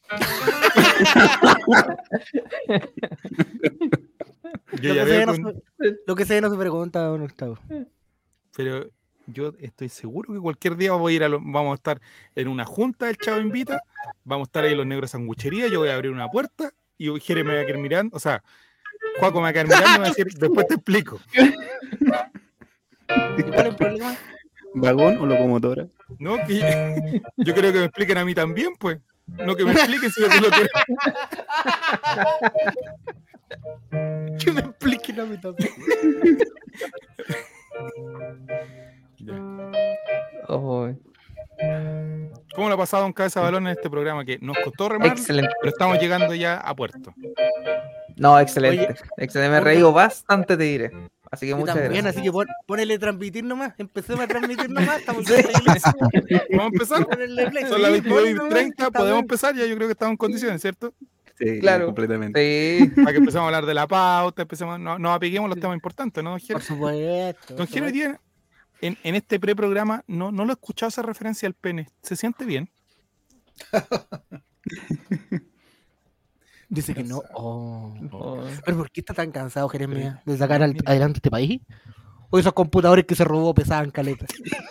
Yo Lo ya que, se ve veo no con- se, lo que se ve no se pregunta, don Gustavo. Pero yo estoy seguro que cualquier día voy a ir a lo- vamos a estar en una junta del Chavo Invita, vamos a estar ahí los negros sanguchería, yo voy a abrir una puerta y Jere me va a quedar mirando, o sea, Juaco me va a quedar mirando y me va a decir, después te explico. ¿Y cuál es el problema? ¿Vagón o locomotora? ¿No? Que yo creo que me expliquen a mí también, pues. No que me expliquen, sino que lo que... Que me expliquen a mí también. Oh, ¿Cómo lo ha pasado un cabeza de balón en este programa? Que nos costó remar, excelente. pero estamos llegando ya a puerto. No, excelente. Oye, excelente. Me he reído bastante, te diré. Así que Yo muchas también, gracias. así que pon, ponele transmitir nomás. Empecemos a transmitir nomás. Estamos ¿Vamos a empezar? Ponerle play. Son las Sí, veintidós y ponle nomás, treinta, está podemos bien. empezar, ya yo creo que estamos en condiciones, ¿cierto? Sí, Claro. completamente. Sí. Para que empecemos a hablar de la pauta, empecemos, no, nos apeguemos los temas importantes, ¿no, don Jere? Por supuesto. Don Jere, hoy día, en, en este preprograma, no, no lo he escuchado esa referencia al pene. ¿Se siente bien? Dice que no. Oh. Oh. ¿Pero por qué está tan cansado, Jeremías, de sacar al- adelante este país? ¿O esos computadores que se robó pesaban caleta?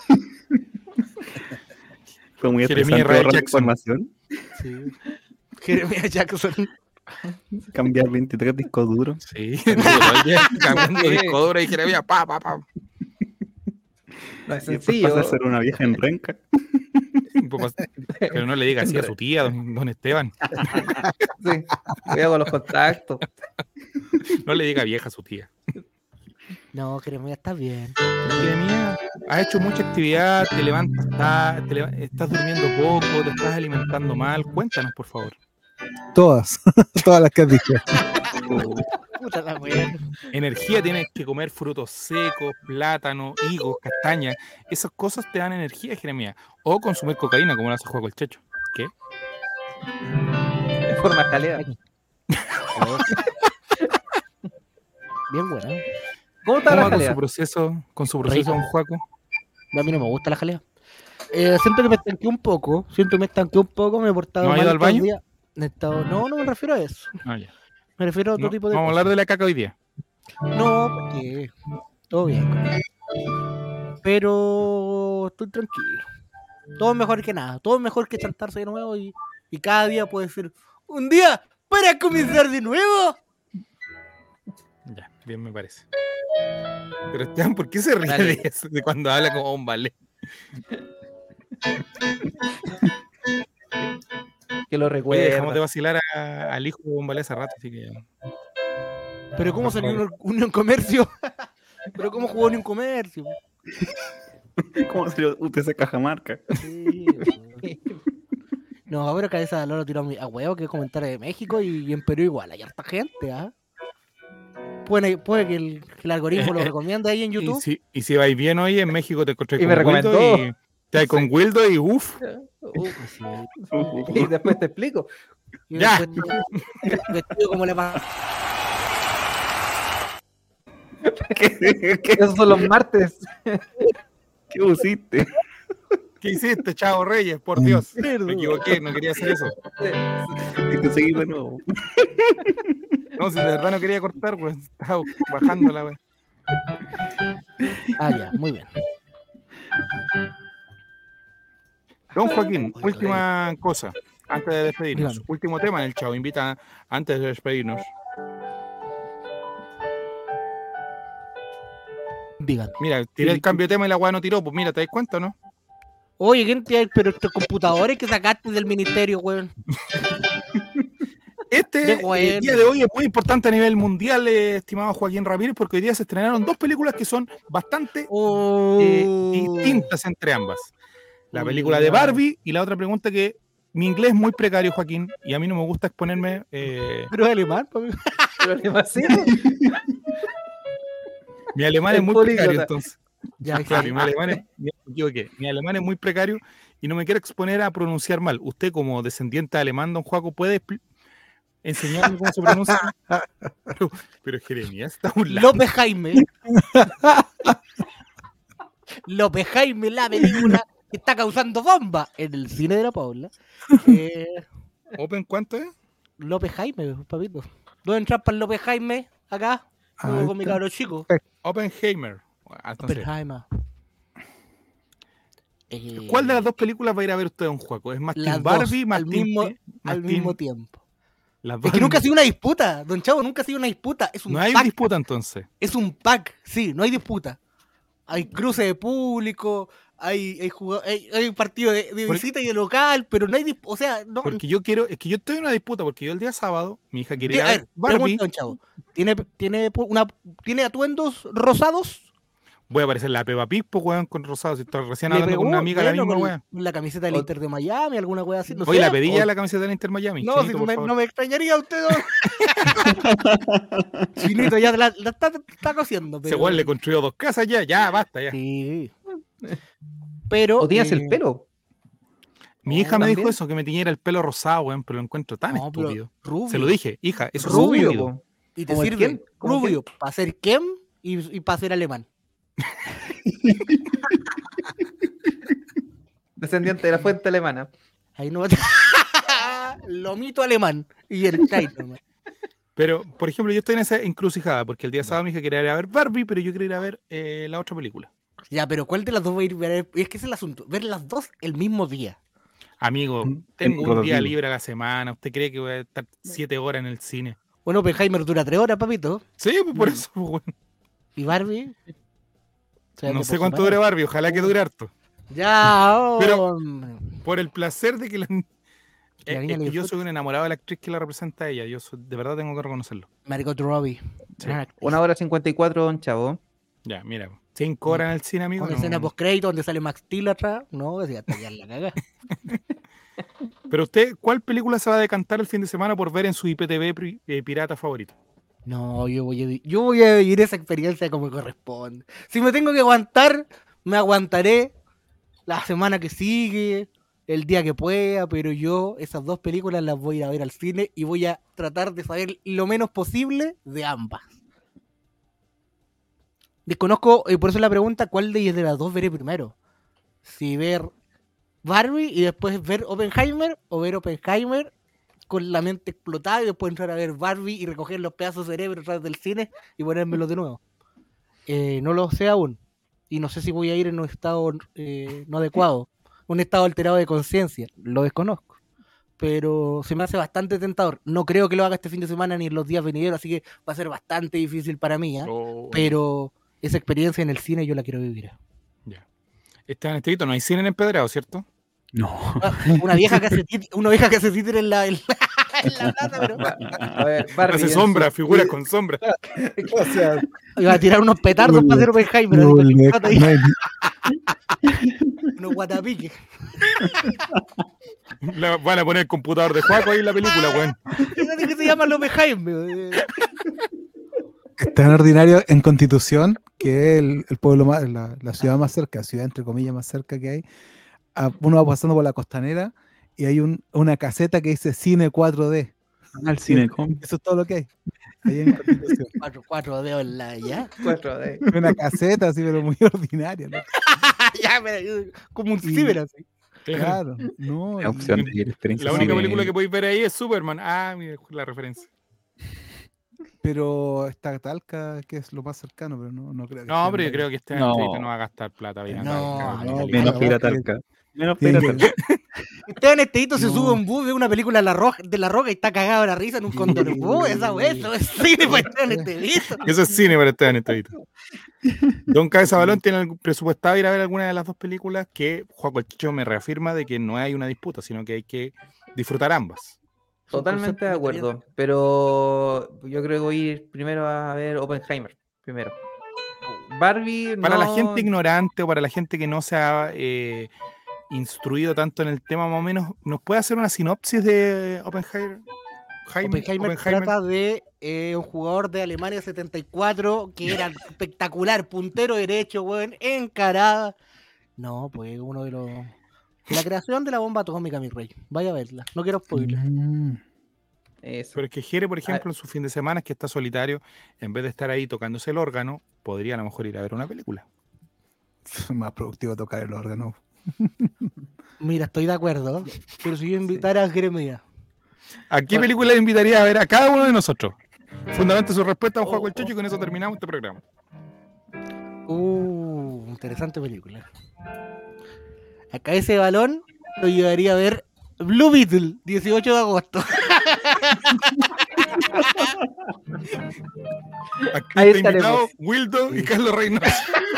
Fue muy Jeremías estresante Ray ahorrar Jackson. información. Sí. Jeremías Jackson. Cambiar veintitrés discos duros. Sí, todo el día cambiando Sí. disco duro y Jeremías, pa, pa, pa. No es Y después sencillo. pasa a ser una vieja en renca. Pero no le diga así a su tía, don, don Esteban. Sí. Cuidado con los contactos. No le diga vieja a su tía. No, Jeremías, está bien. Jeremías, has hecho mucha actividad, te levantas, estás, te leva- estás durmiendo poco, te estás alimentando mal. Cuéntanos, por favor. Todas. Todas las que has dicho. Puta la wea. Energía, tienes que comer frutos secos, plátano, higos, castañas. Esas cosas te dan energía, Jeremías. O consumir cocaína, como lo hace Juego el Checho. ¿Qué? De forma jalea. Bien bueno. ¿Cómo está ¿Cómo la va con jalea? su proceso, con su proceso, don Juaco? A mí no me gusta la jalea. Eh, siento que me estanqué un poco. Siento que me estanqué un poco. Me he portado ¿No ha mal ido al estos baño? días. He estado- No, no me refiero a eso. Ah, ya. Me refiero a otro No, tipo de vamos a cosas. hablar de la caca hoy día. No, porque todo bien con eso. Pero estoy tranquilo. Todo es mejor que nada. Todo es mejor que chantarse de nuevo y, y cada día puede ser un día para comenzar de nuevo. Ya, bien me parece. Pero Esteban, ¿por qué se ríe Dale. de eso? De cuando habla como un ballet. Que lo Oye, recuerda. dejamos de vacilar a- al hijo de un ballet hace rato, así que ya. Pero ¿cómo salió un, un comercio? Pero ¿cómo jugó en un comercio? ¿Cómo se lo- usted se Cajamarca? Sí, no, pero cabeza de loro tiró a, mi- a huevo que comentar de México y, y en Perú igual, hay harta gente, ¿ah? Puede, puede que, el, que el algoritmo lo recomienda ahí en Y YouTube. si, y si vais bien hoy, en México te encontré Y con me Wildo recomendó. y te hay con Wildo y uff. Uh, Sí. y después te explico. Y Ya. después te- vestido como le pasa. ¿Qué, qué, Esos son los martes. qué pusiste? ¿Qué hiciste, Chavo Reyes? Por Dios. Me equivoqué, no quería hacer eso. Y te seguí de nuevo. No, si de verdad no quería cortar, pues estaba bajando la wea. Ah, ya, muy bien. Don Joaquín, última cosa, antes de despedirnos. Dígame. Último tema en el Chavo. Invita antes de despedirnos. Digan. Mira, tiré el cambio de tema y la weá no tiró. Pues mira, ¿te das cuenta o no? Oye, ¿quién tiene pero estos computadores que sacaste del ministerio, weón? Este Qué bueno. eh, día de hoy es muy importante a nivel mundial, eh, estimado Joaquín Ramírez, porque hoy día se estrenaron dos películas que son bastante Oh. eh, distintas entre ambas. La Uy, película uy, de uy. Barbie y la otra pregunta que mi inglés es muy precario, Joaquín, y a mí no me gusta exponerme. eh, Pero es alemán, pa' mí. Pero demasiado. mi alemán El es muy políglota. precario, entonces. Ya, Claro, sí. mi alemán es, me equivoqué. Mi alemán es muy precario y no me quiero exponer a pronunciar mal. Usted, como descendiente alemán, don Joaco, ¿puede expl- enseñarme cómo se pronuncia? Pero, pero Jeremías está un lado. López Jaime. López Jaime, la película que está causando bomba en el cine de la Paula. Eh, ¿Open cuánto es? López Jaime, papito. ¿Dónde entrar para López Jaime? Acá. Ahí Juego con mi está. cabro chico. Oppenheimer. Ah, entonces, Oppenheimer. Eh, ¿cuál de las dos películas va a ir a ver usted, don Joaco? ¿Es más las Team dos, Barbie, más al Team- mismo, más al Team- mismo tiempo. las Es dos que al nunca ha mismo- sido una disputa, don Chavo, nunca ha sido una disputa. Es un No hay pack. disputa entonces. Es un pack, sí, no hay disputa. Hay cruce de público, hay, hay, jugado- hay, hay partido de, de Por- visita y de local, pero no hay disputa. O sea, no. Porque yo quiero, es que yo estoy en una disputa, porque yo el día sábado, mi hija quiere ir a a ver ver, Barbie. pregunta, don Chavo. ¿Tiene, tiene, pu- una, ¿Tiene atuendos rosados? Voy a aparecer la Peppa Pig, pues, weón, con rosado. Si estoy recién Le hablando con una pegó, amiga bueno, la misma con, weón. con la camiseta del O- Inter de Miami, alguna wea así. No Oye, sé. la pedí ya O- la camiseta del Inter Miami. No, Chinito, si por me, favor. no me extrañaría usted, don. Chinito, ya la, la está, está cociendo. Ese Pero... weón le construyó dos casas ya, ya, basta, ya. Sí. Pero. O tienes eh, el pelo. Mi hija me ¿también? dijo eso, que me tiñera el pelo rosado, weón, pero lo encuentro tan no, pero estúpido. rubio. Se lo dije, hija, eso es Rubio, estúpido. po. Y te ¿Como el sirve Ken? ¿Como rubio para ser Kem y, y para ser alemán. Descendiente de la fuente alemana. Ahí no va a... Lomito alemán. Y el Chai nomás. Pero, por ejemplo, yo estoy en esa encrucijada, porque el día sábado mi hija quería ir a ver Barbie, pero yo quería ir a ver eh, la otra película. Ya, pero ¿cuál de las dos voy a ir a ver? Es que ese es el asunto. Ver las dos el mismo día. Amigo, Mm, tengo un día rotativo. libre a la semana. ¿Usted cree que voy a estar siete horas en el cine? Bueno, Oppenheimer dura tres horas, papito. Sí, pues por eso, pues, weón. Y Barbie. O sea, No que sé por cuánto su dure madre. Barbie, ojalá que dure harto. Ya, Pero- hombre. Por el placer de que la... La Eh, niña es le que yo disfruta. soy un enamorado de la actriz que la representa a ella. Yo soy- de verdad tengo que reconocerlo. Margot Robbie. Sí. Gran actriz. Una hora cincuenta y cuatro, don Chavo. Ya, mira. Cinco horas en el cine, amigo. Una no. escena post-crédito donde sale Max Steel atrás. No, decía, hasta ya la caga. Pero usted, ¿cuál película se va a decantar el fin de semana por ver en su I P T V pri- eh, pirata favorito? No, yo voy, a, vi- yo voy a vivir esa experiencia como corresponde. Si me tengo que aguantar, me aguantaré la semana que sigue, el día que pueda, pero yo esas dos películas las voy a ir a ver al cine y voy a tratar de saber lo menos posible de ambas. Desconozco, y por eso la pregunta, ¿cuál de ellas de las dos veré primero? Si ver Barbie y después ver Oppenheimer, o ver Oppenheimer con la mente explotada y después entrar a ver Barbie y recoger los pedazos de cerebro atrás del cine y ponérmelos de nuevo. Eh, no lo sé aún. Y no sé si voy a ir en un estado eh, no adecuado, un estado alterado de conciencia. Lo desconozco. Pero se me hace bastante tentador. No creo que lo haga este fin de semana ni en los días venideros, así que va a ser bastante difícil para mí. ¿eh? Oh, Pero esa experiencia en el cine yo la quiero vivir. ya. Esteban Estevito, no hay cine en Empedrado, ¿cierto? No. Una vieja que hace tit- una vieja que hace títere en la, en la, en la plaza, pero A ver, Barbie. Hace en sombra, su- figuras con sombra. O sea, iba a tirar unos petardos para hacer Oppenheimer, así no, con no, chichota ahí, no hay- unos guatapiques. Le van a poner el computador de Juaco ahí en la película, weón. Fíjate que se llama Oppenheimer. eh. es tan ordinario en Constitución, que es el, el pueblo más, la, la ciudad más cerca, ciudad entre comillas más cerca que hay. a- Uno va pasando por la costanera y hay un, una caseta que dice Cine cuatro D. Al Cinecom. Eso es todo lo que hay. Ahí en Constitución. Cuatro, cuatro dedos en la ya. Cuatro de- Una caseta así, pero muy ordinaria. ¿no? ya, pero, como un Y- ciber así. Claro, no. La y- opción de ir experiencia. La única cine. película que podéis ver ahí es Superman. Ah, mira la referencia. Pero está Talca, que es lo más cercano, pero no, no creo que No, esté pero yo en creo que este No. Estevito no va a gastar plata. bien, No, acá, no, acá, Menos no, piratalca. Menos Tiene que- piratalca. Esteban Estevito se No. sube a un bus, ve una película de la, roja, de la Roca y está cagado de la risa en un condor bus. Esa wea, eso es cine para Esteban Estevito. Eso es cine para Esteban Estevito. Don Cabeza Balón tiene presupuestado ir a ver alguna de las dos películas, que Juaco el Chicho me reafirma de que no hay una disputa, sino que hay que disfrutar ambas. Totalmente de acuerdo, pero yo creo que voy a ir primero a ver Oppenheimer, primero. Barbie, Para no... la gente ignorante o para la gente que no se ha eh, instruido tanto en el tema, más o menos, ¿nos puede hacer una sinopsis de Oppenheimer? Jaime, Oppenheimer, Oppenheimer trata de eh, un jugador de Alemania setenta y cuatro que era espectacular, puntero derecho, weón, encarada. No, pues uno de los... La creación de la bomba atómica, mi rey. Vaya a verla. No quiero spoiler. Mm. Eso. Pero es que Jere, por ejemplo, en su fin de semana, que está solitario, en vez de estar ahí tocándose el órgano, podría a lo mejor ir a ver una película. Más productivo tocar el órgano. Mira, estoy de acuerdo, pero si yo invitara a Jeremías. ¿A qué película le invitaría a ver a cada uno de nosotros? Fundamente su respuesta a un juego el Chocho y con eso terminamos este programa. Uh, interesante película. Acá ese balón lo llevaría a ver Blue Beetle, dieciocho de agosto. Aquí Ahí está invitado estaremos. Wildo y Carlos Reynoso.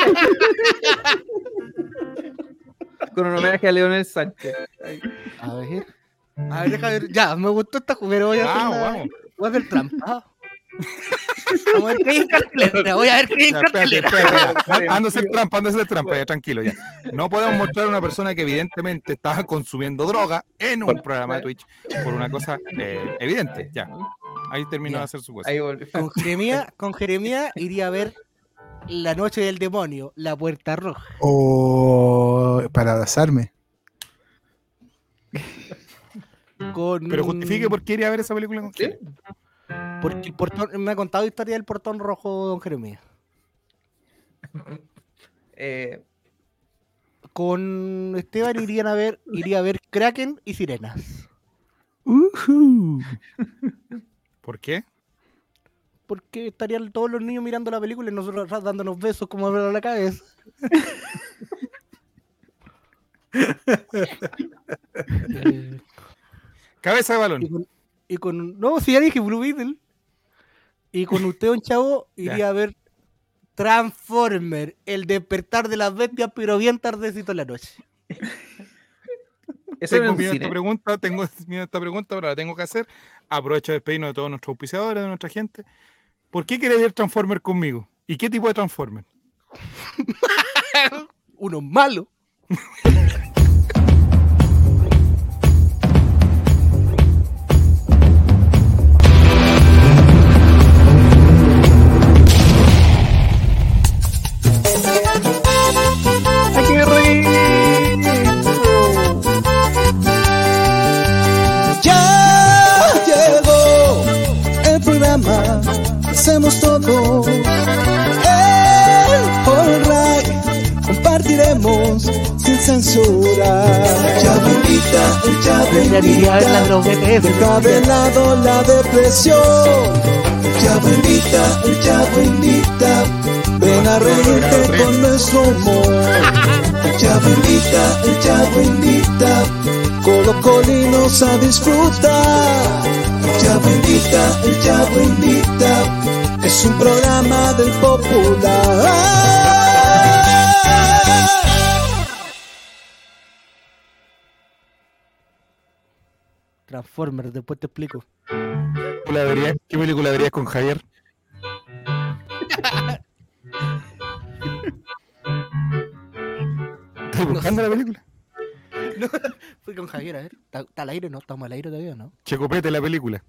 Con un homenaje a Leonel Sánchez. A ver. A ver, deja ver. Ya, me gustó esta juguera. Voy a hacer, Vamos, una- vamos. voy a hacer trampa. Vamos a ver qué hay en cartelera. Voy a ver qué hay en Ya, espérate, cartelera. espérate. Ando a hacer trampa, ando a hacer trampa, ya, tranquilo ya. No podemos mostrar a una persona que evidentemente estaba consumiendo droga en un programa de Twitch por una cosa eh, evidente, ya. Ahí terminó Ya. de hacer su cosa. Ahí volvió. Con Jeremías, con Jeremías iría a ver La Noche del Demonio, La Puerta Roja. O para abrazarme. Con... Pero justifique por qué iría a ver esa película con Jere. Porque el portón, me ha contado historia del portón rojo, don Jeremías. Eh, Con Esteban irían a ver, iría a ver Kraken y Sirenas. Ujú. ¿Por qué? Porque estarían todos los niños mirando la película y nosotros atrás dándonos besos como a la cabeza. Eh, Cabeza de y, balón. con, y con- no, si ya dije Blue Beetle. Y con usted, un chavo, iría Ya. a ver Transformer, el despertar de las bestias, pero bien tardecito en la noche. eso era Tengo un miedo a esta cine. pregunta, tengo miedo a esta pregunta, pero la tengo que hacer. Aprovecho de despedirnos de todos nuestros auspiciadores, de nuestra gente. ¿Por qué querés ver Transformer conmigo? ¿Y qué tipo de Transformer? Uno malo. Ya llegó el programa, hacemos todo. El All Right, compartiremos sin censura. El Chavo invita, el Chavo Iría a ver las invita, dos B T S. deja de lado la depresión. El Chavo invita, el Chavo invita, ven a reírte con nuestro humor. El Chavo invita, el Chavo invita, colocolinos a disfrutar. El Chavo invita, el Chavo invita, es un programa del popular. Transformers, después te explico. ¿Película verías- ¿Qué película verías con Javier? ¿Estás buscando la película? Fui con Javier, a ver. ¿Está, está al aire? No, estamos al aire todavía, ¿no? Checopete la película.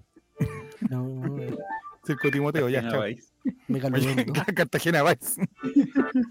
No, Circo Timoteo, ya, chao. me calmo. Cartagena Vice.